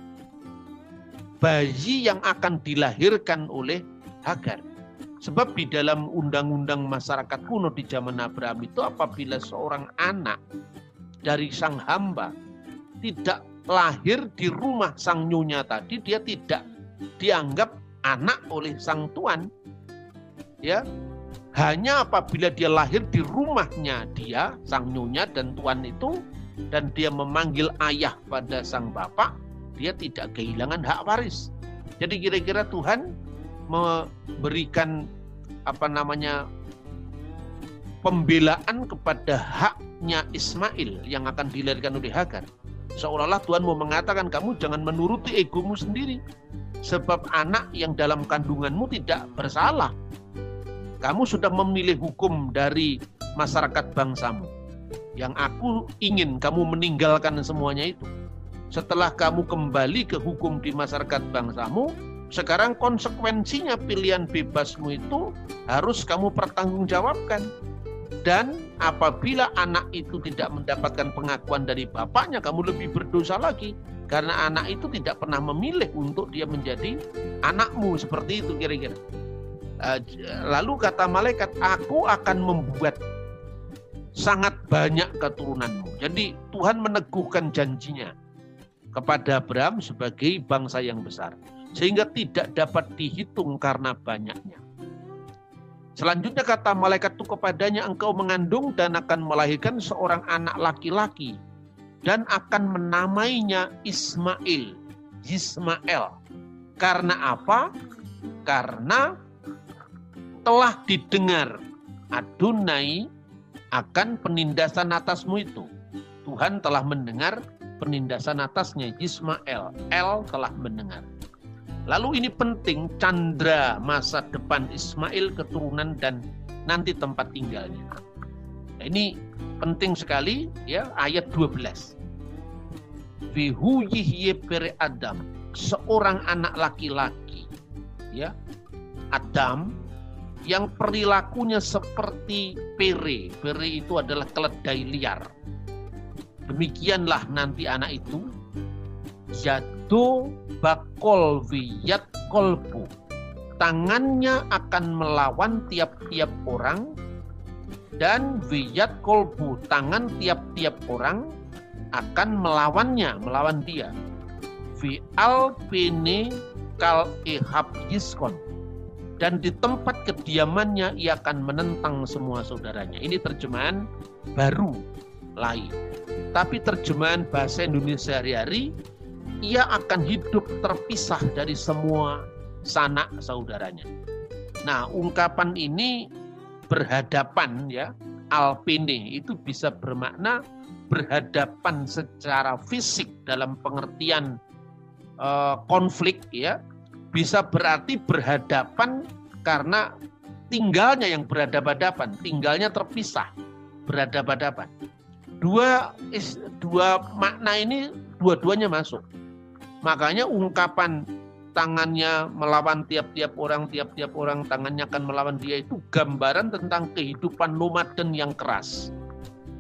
bayi yang akan dilahirkan oleh Hagar. Sebab di dalam undang-undang masyarakat kuno di zaman Abraham itu, apabila seorang anak dari sang hamba tidak lahir di rumah sang nyonya tadi, dia tidak dianggap anak oleh sang tuan. Ya, hanya apabila dia lahir di rumahnya dia, sang nyonya dan tuan itu, dan dia memanggil ayah pada sang bapak, dia tidak kehilangan hak waris. Jadi kira-kira Tuhan memberikan apa namanya pembelaan kepada haknya Ismail yang akan dilahirkan oleh Hagar. Seolah-olah Tuhan mau mengatakan, kamu jangan menuruti egomu sendiri, sebab anak yang dalam kandunganmu tidak bersalah. Kamu sudah memilih hukum dari masyarakat bangsamu, yang aku ingin kamu meninggalkan semuanya itu. Setelah kamu kembali ke hukum di masyarakat bangsamu, sekarang konsekuensinya pilihan bebasmu itu harus kamu pertanggungjawabkan. Dan apabila anak itu tidak mendapatkan pengakuan dari bapaknya, kamu lebih berdosa lagi. Karena anak itu tidak pernah memilih untuk dia menjadi anakmu, seperti itu kira-kira. Lalu kata malaikat, aku akan membuat sangat banyak keturunanmu. Jadi Tuhan meneguhkan janjinya kepada Abraham sebagai bangsa yang besar, sehingga tidak dapat dihitung karena banyaknya. Selanjutnya kata malaikat itu kepadanya, engkau mengandung dan akan melahirkan seorang anak laki-laki dan akan menamainya Ismail, Yismael. Karena apa? Karena telah didengar Adonai akan penindasan atasmu itu. Tuhan telah mendengar penindasan atasnya, Yismael. El telah mendengar. Lalu ini penting, candra masa depan Ismail, keturunan dan nanti tempat tinggalnya. Nah, ini penting sekali ya, ayat dua belas. Vihu yihye pere Adam, seorang anak laki-laki ya, Adam yang perilakunya seperti pere. Pere itu adalah keledai liar. Demikianlah nanti anak itu, yado bakol wiyat kolbu, tangannya akan melawan tiap-tiap orang, dan wiyat kolbu, tangan tiap-tiap orang akan melawannya, melawan dia. Fi alpine kal ehab yiskon, dan di tempat kediamannya ia akan menentang semua saudaranya. Ini terjemahan baru lain. Tapi terjemahan bahasa Indonesia sehari-hari, ia akan hidup terpisah dari semua sanak saudaranya. Nah, ungkapan ini berhadapan ya, alpine itu bisa bermakna berhadapan secara fisik dalam pengertian uh, konflik ya. Bisa berarti berhadapan karena tinggalnya yang berhadapan-hadapan, tinggalnya terpisah, berhadapan-hadapan. Dua, dua makna ini dua-duanya masuk. Makanya ungkapan tangannya melawan tiap-tiap orang, tiap-tiap orang tangannya akan melawan dia itu gambaran tentang kehidupan nomaden yang keras.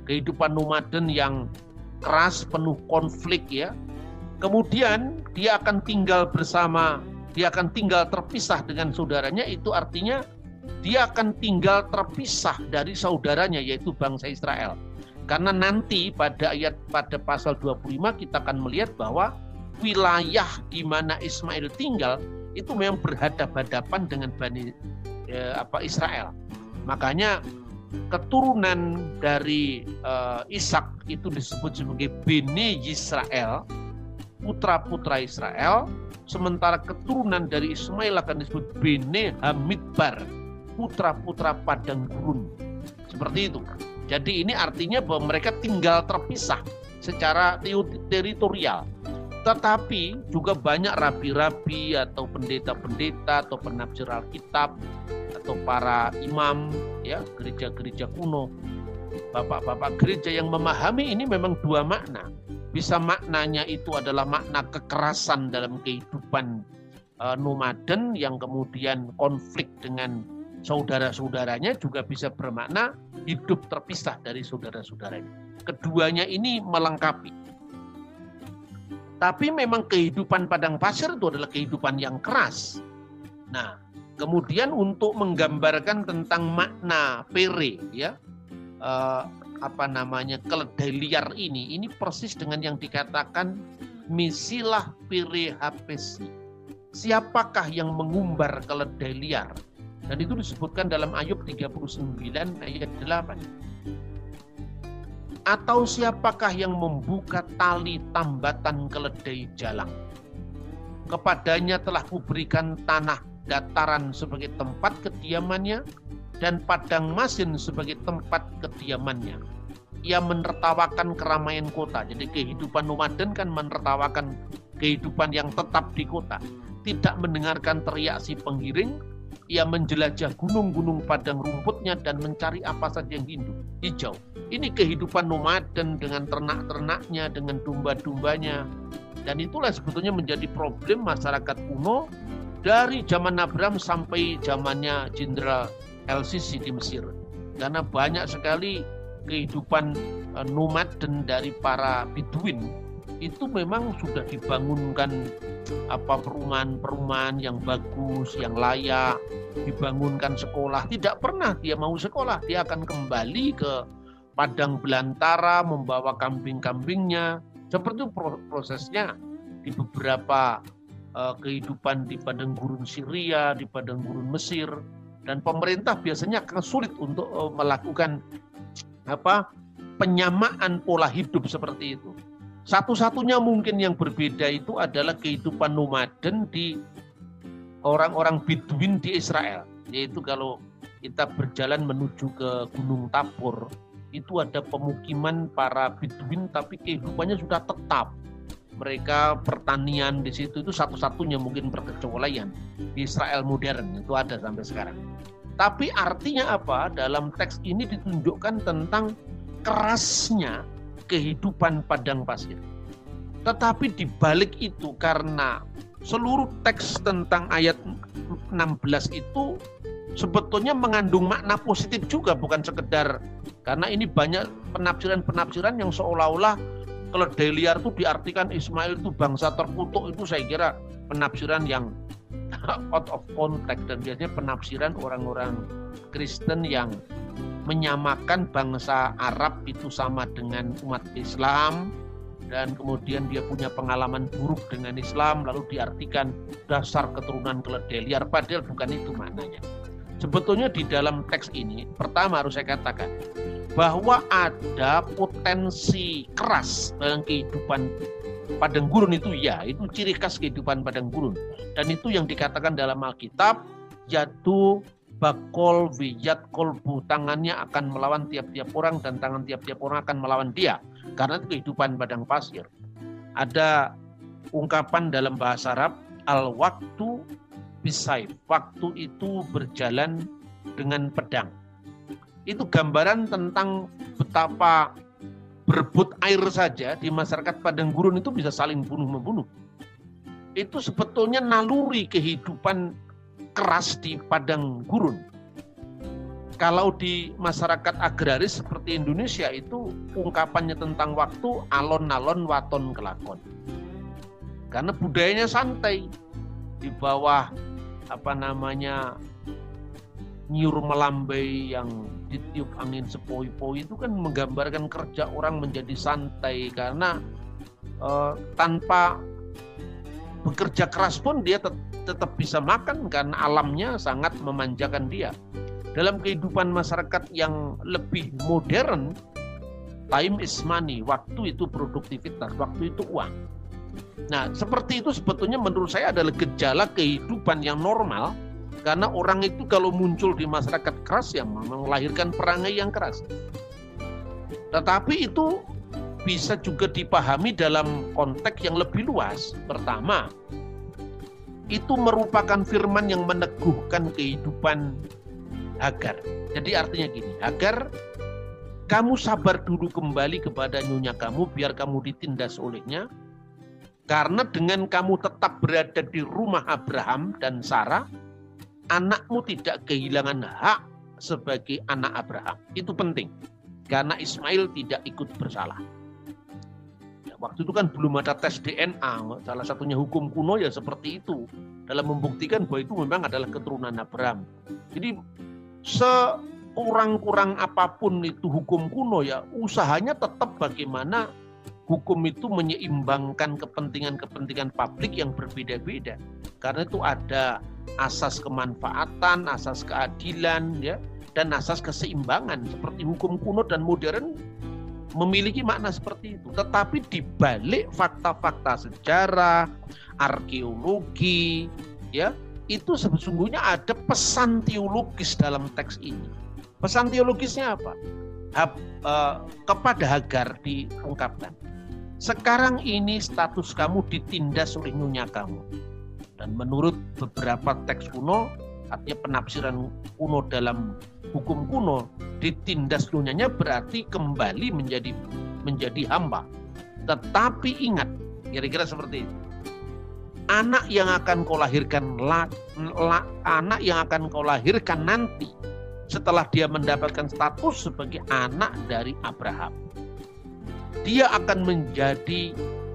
kehidupan nomaden yang keras, penuh konflik ya. Kemudian dia akan tinggal bersama, dia akan tinggal terpisah dengan saudaranya, itu artinya dia akan tinggal terpisah dari saudaranya yaitu bangsa Israel. Karena nanti pada ayat pada pasal dua puluh lima kita akan melihat bahwa wilayah di mana Ismail tinggal itu memang berhadapan-hadapan dengan Bani eh, apa Israel. Makanya keturunan dari uh, Ishak itu disebut sebagai Bene Yisrael, putra-putra Israel, sementara keturunan dari Ismail akan disebut Bene Hamidbar, putra-putra padang gurun. Seperti itu. Jadi ini artinya bahwa mereka tinggal terpisah secara teritorial. Tetapi juga banyak rabi-rabi atau pendeta-pendeta atau penafsir Alkitab atau para imam ya, gereja-gereja kuno, bapak-bapak gereja yang memahami ini memang dua makna. Bisa maknanya itu adalah makna kekerasan dalam kehidupan uh, nomaden yang kemudian konflik dengan saudara-saudaranya, juga bisa bermakna hidup terpisah dari saudara-saudaranya. Keduanya ini melengkapi. Tapi memang kehidupan padang pasir itu adalah kehidupan yang keras. Nah, kemudian untuk menggambarkan tentang makna pere, ya, eh, apa namanya keledai liar ini, ini persis dengan yang dikatakan misilah pere hapesi. Siapakah yang mengumbar keledai liar? Dan itu disebutkan dalam Ayub tiga puluh sembilan ayat delapan. Atau siapakah yang membuka tali tambatan keledai jalang? Kepadanya telah kuberikan tanah dataran sebagai tempat kediamannya dan padang masin sebagai tempat kediamannya. Ia menertawakan keramaian kota. Jadi kehidupan nomaden kan menertawakan kehidupan yang tetap di kota. Tidak mendengarkan teriak si penggiring. Ia menjelajah gunung-gunung padang rumputnya dan mencari apa saja yang hindu, hijau. Ini kehidupan nomaden dengan ternak-ternaknya, dengan domba-dombanya. Dan itulah sebetulnya menjadi problem masyarakat kuno dari zaman Abraham sampai zamannya Jenderal El-Sisi di Mesir. Karena banyak sekali kehidupan nomaden dari para Bedouin itu memang sudah dibangunkan apa perumahan-perumahan yang bagus, yang layak, dibangunkan sekolah. Tidak pernah dia mau sekolah, dia akan kembali ke padang belantara membawa kambing-kambingnya. Seperti prosesnya di beberapa uh, kehidupan di padang gurun Syria, di padang gurun Mesir, dan pemerintah biasanya akan sulit untuk uh, melakukan apa penyamaan pola hidup seperti itu. Satu-satunya mungkin yang berbeda itu adalah kehidupan nomaden di orang-orang Bedouin di Israel. Yaitu kalau kita berjalan menuju ke Gunung Tabor, itu ada pemukiman para Bedouin tapi kehidupannya sudah tetap. Mereka pertanian di situ itu satu-satunya mungkin perkecualian di Israel modern, itu ada sampai sekarang. Tapi artinya apa? Dalam teks ini ditunjukkan tentang kerasnya kehidupan padang pasir. Tetapi di balik itu, karena seluruh teks tentang ayat enam belas itu sebetulnya mengandung makna positif juga, bukan sekedar, karena ini banyak penafsiran-penafsiran yang seolah-olah keledai liar itu diartikan Ismail itu bangsa terkutuk. Itu saya kira penafsiran yang out of context, dan biasanya penafsiran orang-orang Kristen yang menyamakan bangsa Arab itu sama dengan umat Islam, dan kemudian dia punya pengalaman buruk dengan Islam lalu diartikan dasar keturunan keledai liar, padahal bukan itu maknanya. Sebetulnya di dalam teks ini pertama harus saya katakan bahwa ada potensi keras dalam kehidupan padang gurun itu, ya, itu ciri khas kehidupan padang gurun, dan itu yang dikatakan dalam Alkitab, yaitu bakol wiyat kolbu, tangannya akan melawan tiap-tiap orang dan tangan tiap-tiap orang akan melawan dia, karena itu kehidupan padang pasir. Ada ungkapan dalam bahasa Arab, al waktu bisayf, waktu itu berjalan dengan pedang. Itu gambaran tentang betapa berebut air saja di masyarakat padang gurun itu bisa saling bunuh-membunuh. Itu sebetulnya naluri kehidupan keras di padang gurun. Kalau di masyarakat agraris seperti Indonesia itu ungkapannya tentang waktu alon-alon waton kelakon. Karena budayanya santai, di bawah apa namanya nyur melambai yang ditiup angin sepoi-poi itu kan menggambarkan kerja orang menjadi santai, karena eh, tanpa bekerja keras pun dia tet tetap bisa makan karena alamnya sangat memanjakan dia. Dalam kehidupan masyarakat yang lebih modern, time is money, waktu itu produktivitas, waktu itu uang. Nah, seperti itu sebetulnya menurut saya adalah gejala kehidupan yang normal, karena orang itu kalau muncul di masyarakat keras yang melahirkan perangai yang keras. Tetapi itu bisa juga dipahami dalam konteks yang lebih luas. Pertama, itu merupakan firman yang meneguhkan kehidupan Hagar. Jadi artinya gini, Hagar, kamu sabar dulu kembali kepada nyonya kamu biar kamu ditindas olehnya. Karena dengan kamu tetap berada di rumah Abraham dan Sarah, anakmu tidak kehilangan hak sebagai anak Abraham. Itu penting, karena Ismail tidak ikut bersalah. Ya, waktu itu kan belum ada tes D N A, salah satunya hukum kuno ya seperti itu, dalam membuktikan bahwa itu memang adalah keturunan Abraham. Jadi sekurang-kurang apapun itu hukum kuno ya, usahanya tetap bagaimana hukum itu menyeimbangkan kepentingan-kepentingan publik yang berbeda-beda. Karena itu ada asas kemanfaatan, asas keadilan, ya, dan asas keseimbangan. Seperti hukum kuno dan modern memiliki makna seperti itu. Tetapi di balik fakta-fakta sejarah, arkeologi, ya, itu sesungguhnya ada pesan teologis dalam teks ini. Pesan teologisnya apa? Hab, eh, kepada Hagar diungkapkan, sekarang ini status kamu ditindas oleh nyonya kamu. Dan menurut beberapa teks kuno, artinya penafsiran kuno dalam hukum kuno, ditindas nyonyanya berarti kembali menjadi menjadi hamba. Tetapi ingat, kira-kira seperti itu. Anak yang akan kau lahirkan la, la, anak yang akan kau lahirkan nanti setelah dia mendapatkan status sebagai anak dari Abraham, dia akan menjadi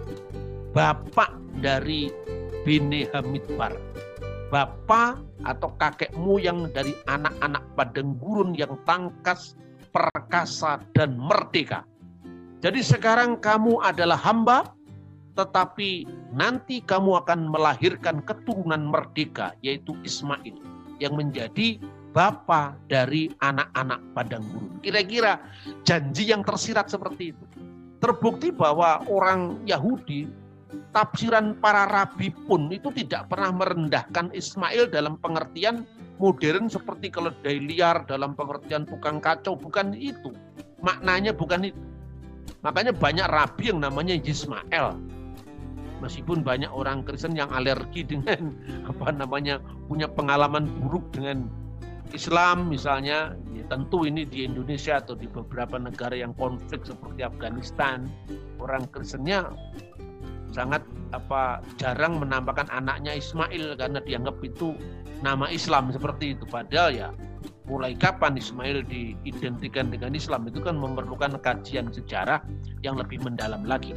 bapak dari Bene Hamidbar, bapak atau kakekmu yang dari anak-anak padang gurun yang tangkas, perkasa, dan merdeka. Jadi sekarang kamu adalah hamba, tetapi nanti kamu akan melahirkan keturunan merdeka, yaitu Ismail, yang menjadi bapa dari anak-anak padang gurun. Kira-kira janji yang tersirat seperti itu. Terbukti bahwa orang Yahudi, tafsiran para rabi pun itu tidak pernah merendahkan Ismail dalam pengertian modern seperti keledai liar, dalam pengertian tukang kacau. Bukan itu. Maknanya bukan itu. Makanya banyak rabi yang namanya Yismael. Meskipun banyak orang Kristen yang alergi dengan apa namanya punya pengalaman buruk dengan Islam misalnya, ya tentu ini di Indonesia atau di beberapa negara yang konflik seperti Afghanistan, orang Kristennya sangat apa jarang menambahkan anaknya Ismail karena dianggap itu nama Islam seperti itu. Padahal ya mulai kapan Ismail diidentikan dengan Islam itu kan memerlukan kajian sejarah yang lebih mendalam lagi.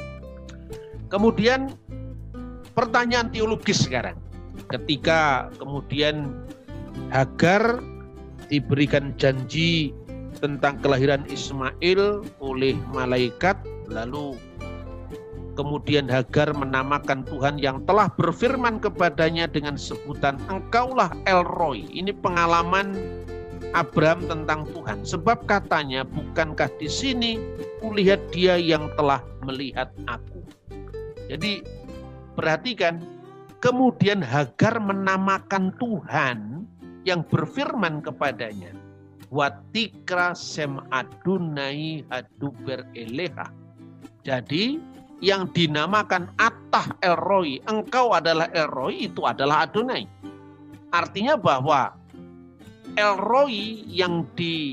Kemudian pertanyaan teologis sekarang, ketika kemudian Hagar diberikan janji tentang kelahiran Ismail oleh malaikat, lalu kemudian Hagar menamakan Tuhan yang telah berfirman kepadanya dengan sebutan Engkaulah El Roi. Ini pengalaman Abraham tentang Tuhan. Sebab katanya, bukankah di sini kulihat dia yang telah melihat aku. Jadi perhatikan, kemudian Hagar menamakan Tuhan yang berfirman kepadanya, Watikra sem Adonai haduber eleha. Jadi yang dinamakan Atah El Roi, engkau adalah El Roi, itu adalah Adonai. Artinya bahwa El Roi yang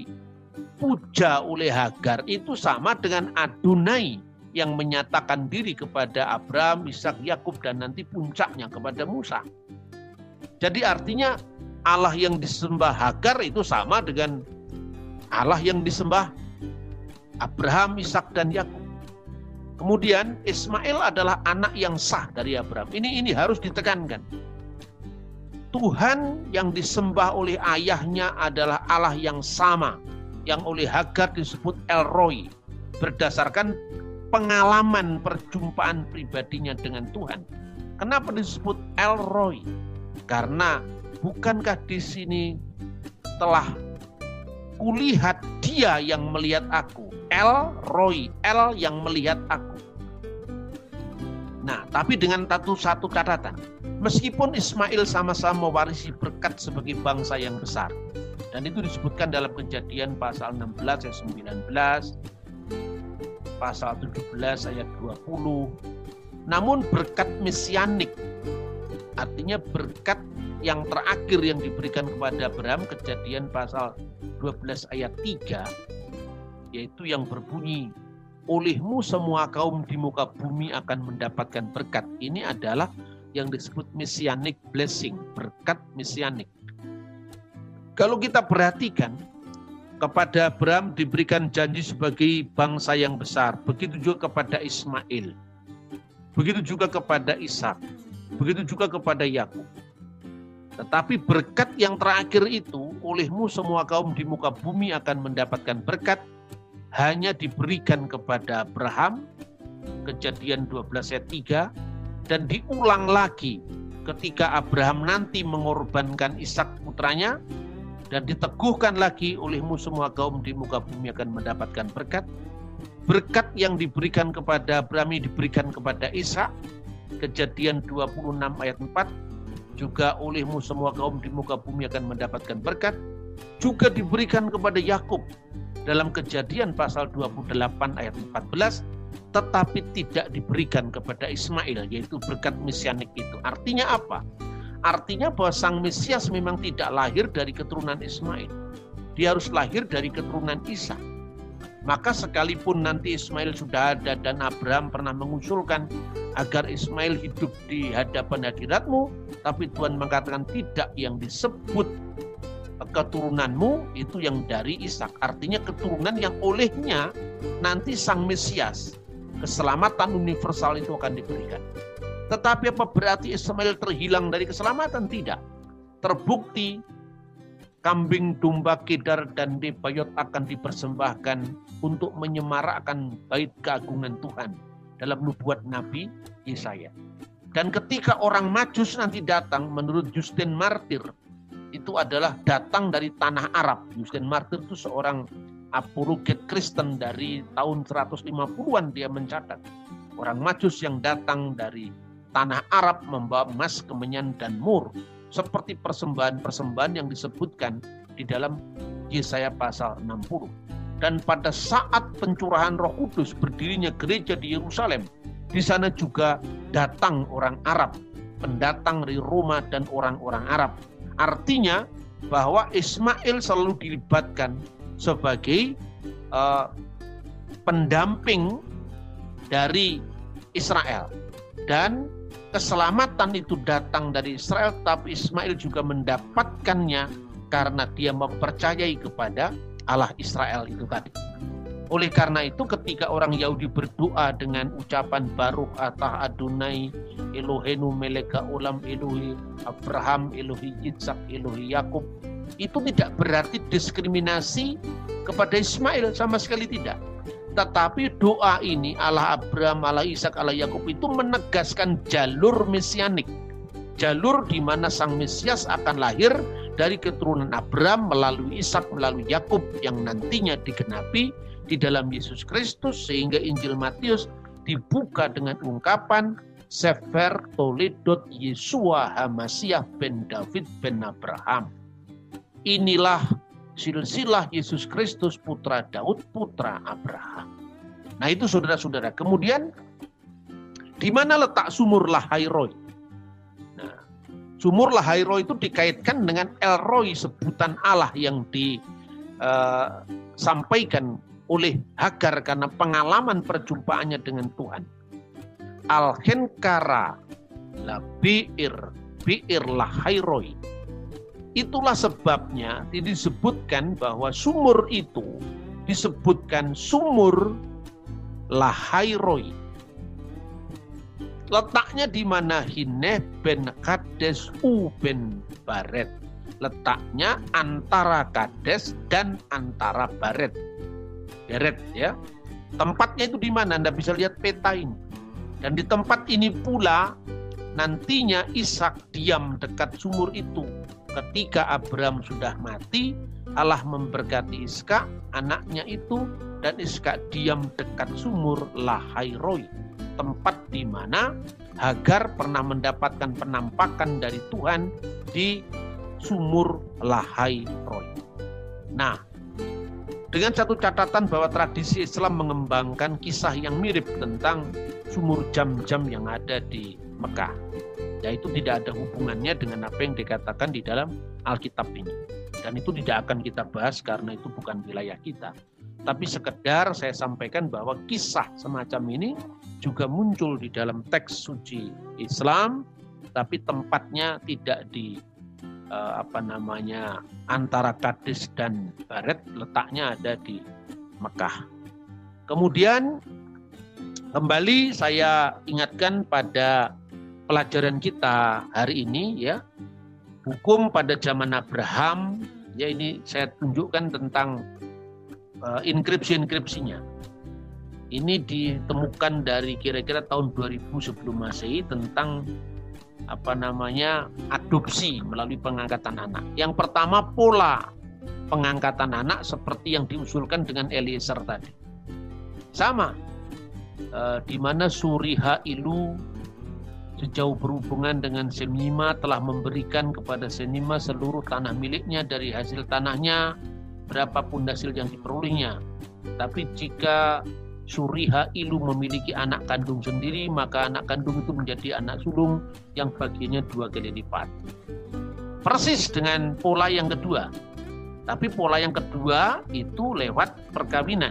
dipuja oleh Hagar itu sama dengan Adonai yang menyatakan diri kepada Abraham, Ishak, Yakub, dan nanti puncaknya kepada Musa. Jadi artinya Allah yang disembah Hagar itu sama dengan Allah yang disembah Abraham, Ishak, dan Yakub. Kemudian Ismail adalah anak yang sah dari Abraham. Ini ini harus ditekankan. Tuhan yang disembah oleh ayahnya adalah Allah yang sama, yang oleh Hagar disebut El Roi, berdasarkan pengalaman perjumpaan pribadinya dengan Tuhan. Kenapa disebut El Roi? Karena bukankah di sini telah kulihat dia yang melihat aku. El Roi, El yang melihat aku. Nah, tapi dengan satu, satu catatan. Meskipun Ismail sama-sama mewarisi berkat sebagai bangsa yang besar. Dan itu disebutkan dalam Kejadian pasal enam belas ayat sembilan belas, pasal tujuh belas ayat dua puluh. Namun berkat mesianik, artinya berkat yang terakhir yang diberikan kepada Abraham, Kejadian pasal dua belas ayat tiga, yaitu yang berbunyi, olehmu semua kaum di muka bumi akan mendapatkan berkat. Ini adalah yang disebut messianic blessing, berkat messianic. Kalau kita perhatikan, kepada Abraham diberikan janji sebagai bangsa yang besar, begitu juga kepada Ismail, begitu juga kepada Ishak, begitu juga kepada Yakub. Tetapi berkat yang terakhir itu, olehmu semua kaum di muka bumi akan mendapatkan berkat, hanya diberikan kepada Abraham, Kejadian dua belas ayat tiga, dan diulang lagi ketika Abraham nanti mengorbankan Ishak putranya, dan diteguhkan lagi, olehmu semua kaum di muka bumi akan mendapatkan berkat. Berkat yang diberikan kepada Abraham ini diberikan kepada Ishak, Kejadian dua puluh enam ayat empat, juga olehmu semua kaum di muka bumi akan mendapatkan berkat. Juga diberikan kepada Yakub dalam Kejadian pasal dua puluh delapan ayat empat belas, tetapi tidak diberikan kepada Ismail, yaitu berkat mesianik itu. Artinya apa? Artinya bahwa Sang Mesias memang tidak lahir dari keturunan Ismail. Dia harus lahir dari keturunan Ishak. Maka sekalipun nanti Ismail sudah ada dan Abraham pernah mengusulkan agar Ismail hidup di hadapan hadiratmu, tapi Tuhan mengatakan tidak, yang disebut keturunanmu itu yang dari Ishak. Artinya keturunan yang olehnya nanti Sang Mesias, keselamatan universal itu akan diberikan. Tetapi apa berarti Ismail terhilang dari keselamatan? Tidak. Terbukti kambing domba Kedar dan Nebayot akan dipersembahkan untuk menyemarakkan bait keagungan Tuhan dalam nubuat Nabi Yesaya. Dan ketika orang Majus nanti datang, menurut Justin Martyr, itu adalah datang dari tanah Arab. Justin Martyr itu seorang apologet Kristen dari tahun seratus lima puluhan, dia mencatat orang Majus yang datang dari tanah Arab membawa emas, kemenyan, dan mur, seperti persembahan-persembahan yang disebutkan di dalam Yesaya pasal enam puluh. Dan pada saat pencurahan Roh Kudus, berdirinya gereja di Yerusalem, di sana juga datang orang Arab, pendatang dari Roma dan orang-orang Arab. Artinya bahwa Ismail selalu dilibatkan sebagai uh, pendamping dari Israel. Dan keselamatan itu datang dari Israel, tapi Ismail juga mendapatkannya karena dia mempercayai kepada Allah Israel itu tadi. Oleh karena itu ketika orang Yahudi berdoa dengan ucapan Baruch atah Adonai Elohenu melek haolam Elohi Abraham Elohi Yitzhak Elohi Yakub, itu tidak berarti diskriminasi kepada Ismail, sama sekali tidak. Tetapi doa ini Allah Abraham, Allah Ishak, Allah Yakub itu menegaskan jalur mesianik. Jalur di mana Sang Mesias akan lahir dari keturunan Abraham melalui Ishak, melalui Yakub, yang nantinya digenapi di dalam Yesus Kristus, sehingga Injil Matius dibuka dengan ungkapan Sefer Toledot Yesua Hamasiah ben David ben Abraham. Inilah silsilah Yesus Kristus putra Daud, putra Abraham. Nah itu saudara-saudara. Kemudian di mana letak sumur Lahairoi? Nah, sumur Lahairoi itu dikaitkan dengan El Roi, sebutan Allah yang disampaikan oleh Hagar karena pengalaman perjumpaannya dengan Tuhan. Al-Henkara la bi'ir bi'ir Lahairoi. itulah sebabnya disebutkan bahwa sumur itu disebutkan sumur Lahairoi. Letaknya di mana? Hineh ben Kades u ben Baret. Letaknya antara Kades dan antara Baret. Baret ya. Tempatnya itu di mana? Anda bisa lihat peta ini. Dan di tempat ini pula nantinya Ishak diam dekat sumur itu. Ketika Abraham sudah mati, Allah memberkati Ishak, anaknya itu, dan Ishak diam dekat sumur Lahairoi. Tempat di mana Hagar pernah mendapatkan penampakan dari Tuhan di sumur Lahairoi. Nah, dengan satu catatan bahwa tradisi Islam mengembangkan kisah yang mirip tentang sumur Jam-Jam yang ada di Mekah. Yaitu tidak ada hubungannya dengan apa yang dikatakan di dalam Alkitab ini. Dan itu tidak akan kita bahas karena itu bukan wilayah kita. Tapi sekedar saya sampaikan bahwa kisah semacam ini juga muncul di dalam teks suci Islam, tapi tempatnya tidak di uh, apa namanya antara Kades dan Baret, letaknya ada di Mekah. Kemudian kembali saya ingatkan pada pelajaran kita hari ini ya, hukum pada zaman Abraham, ya ini saya tunjukkan tentang uh, inskripsi-inskripsinya. Ini ditemukan dari kira-kira tahun dua ribu sebelum Masehi tentang apa namanya adopsi melalui pengangkatan anak. Yang pertama, pola pengangkatan anak seperti yang diusulkan dengan Eliezer tadi. Sama, uh, di mana Suriha Ilu sejauh berhubungan dengan Senima telah memberikan kepada Senima seluruh tanah miliknya dari hasil tanahnya, berapapun hasil yang diperolehnya. Tapi jika Suriha Ilu memiliki anak kandung sendiri, maka anak kandung itu menjadi anak sulung yang bagiannya dua kali lipat. Persis dengan pola yang kedua. Tapi pola yang kedua itu lewat perkawinan.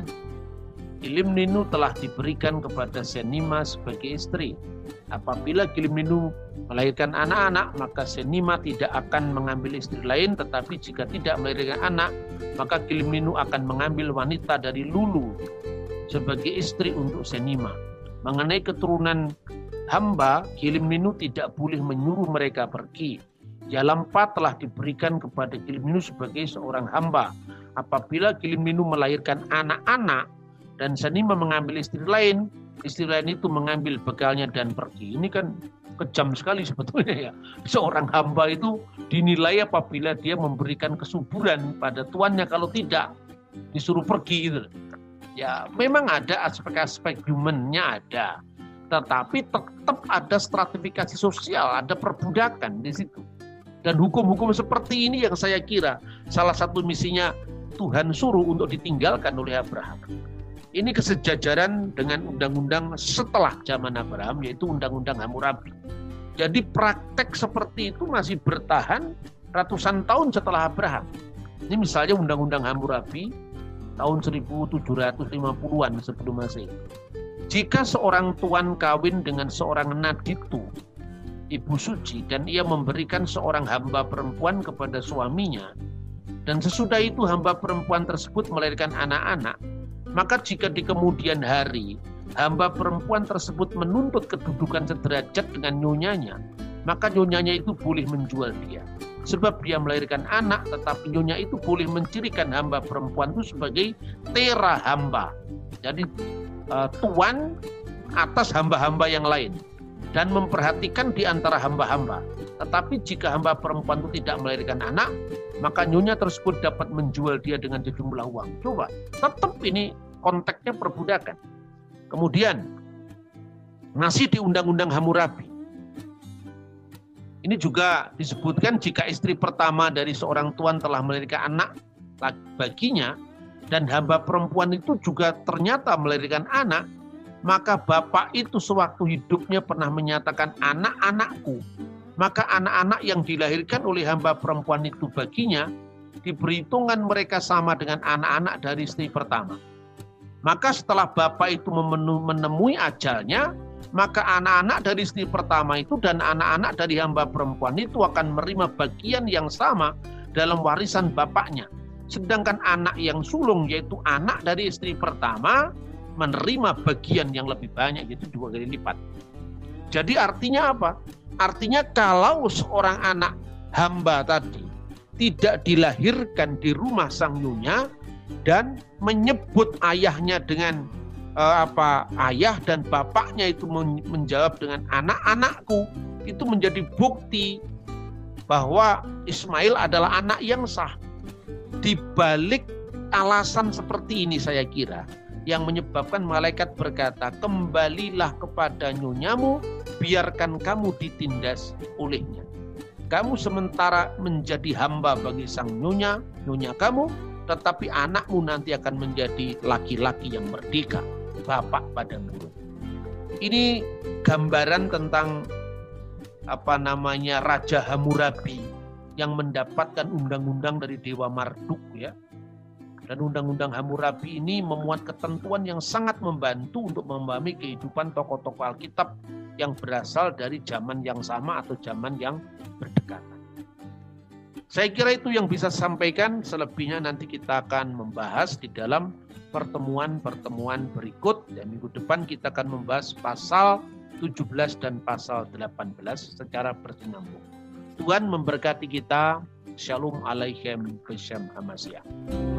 Gilimninu telah diberikan kepada Senima sebagai istri. Apabila Gilimninu melahirkan anak-anak, maka Senima tidak akan mengambil istri lain, tetapi jika tidak melahirkan anak, maka Gilimninu akan mengambil wanita dari Lulu sebagai istri untuk Senima. Mengenai keturunan hamba, Gilimninu tidak boleh menyuruh mereka pergi. Yalampa telah diberikan kepada Gilimninu sebagai seorang hamba. Apabila Gilimninu melahirkan anak-anak dan Senima mengambil istri lain, istri lain itu mengambil bekalnya dan pergi. Ini kan kejam sekali sebetulnya ya. Seorang hamba itu dinilai apabila dia memberikan kesuburan pada tuannya, kalau tidak disuruh pergi gitu. Ya memang ada aspek-aspek humannya ada, tetapi tetap ada stratifikasi sosial, ada perbudakan di situ. Dan hukum-hukum seperti ini yang saya kira salah satu misinya Tuhan suruh untuk ditinggalkan oleh Abraham. Ini kesejajaran dengan undang-undang setelah zaman Abraham, yaitu undang-undang Hammurabi. Jadi praktek seperti itu masih bertahan ratusan tahun setelah Abraham. Ini misalnya undang-undang Hammurabi tahun seribu tujuh ratus lima puluhan sebelum Masehi. Jika seorang tuan kawin dengan seorang naditu, ibu suci, dan ia memberikan seorang hamba perempuan kepada suaminya, dan sesudah itu hamba perempuan tersebut melahirkan anak-anak, maka jika di kemudian hari hamba perempuan tersebut menuntut kedudukan sederajat dengan nyonyanya, maka nyonyanya itu boleh menjual dia. Sebab dia melahirkan anak, tetapi nyonya itu boleh mencirikan hamba perempuan itu sebagai tera hamba. Jadi uh, tuan atas hamba-hamba yang lain dan memperhatikan di antara hamba-hamba. Tetapi jika hamba perempuan itu tidak melahirkan anak, maka nyonya tersebut dapat menjual dia dengan sejumlah uang. Coba, tetap ini konteksnya perbudakan. Kemudian masih di undang-undang Hammurabi. Ini juga disebutkan jika istri pertama dari seorang tuan telah melahirkan anak baginya dan hamba perempuan itu juga ternyata melahirkan anak, maka bapak itu sewaktu hidupnya pernah menyatakan anak-anakku. Maka anak-anak yang dilahirkan oleh hamba perempuan itu baginya diperhitungkan mereka sama dengan anak-anak dari istri pertama. Maka setelah bapak itu menemui ajalnya, maka anak-anak dari istri pertama itu dan anak-anak dari hamba perempuan itu akan menerima bagian yang sama dalam warisan bapaknya. Sedangkan anak yang sulung, yaitu anak dari istri pertama, menerima bagian yang lebih banyak, yaitu dua kali lipat. Jadi artinya apa? Artinya kalau seorang anak hamba tadi tidak dilahirkan di rumah sang nyonya dan menyebut ayahnya dengan eh, apa ayah dan bapaknya itu menjawab dengan anak-anakku, itu menjadi bukti bahwa Ismail adalah anak yang sah. Di balik alasan seperti ini saya kira yang menyebabkan malaikat berkata, kembalilah kepada nyonyamu, biarkan kamu ditindas olehnya. Kamu sementara menjadi hamba bagi sang nyonya, nyonya kamu, tetapi anakmu nanti akan menjadi laki-laki yang merdeka, bapak pada nurut. Ini gambaran tentang apa namanya Raja Hammurabi yang mendapatkan undang-undang dari Dewa Marduk ya. Dan undang-undang Hammurabi ini memuat ketentuan yang sangat membantu untuk memahami kehidupan tokoh-tokoh Alkitab yang berasal dari zaman yang sama atau zaman yang berdekatan. Saya kira itu yang bisa saya sampaikan, selebihnya nanti kita akan membahas di dalam pertemuan-pertemuan berikut. Dan minggu depan kita akan membahas pasal tujuh belas dan pasal delapan belas secara bersinambung. Tuhan memberkati kita. Shalom Aleichem B'Shem HaMashiach.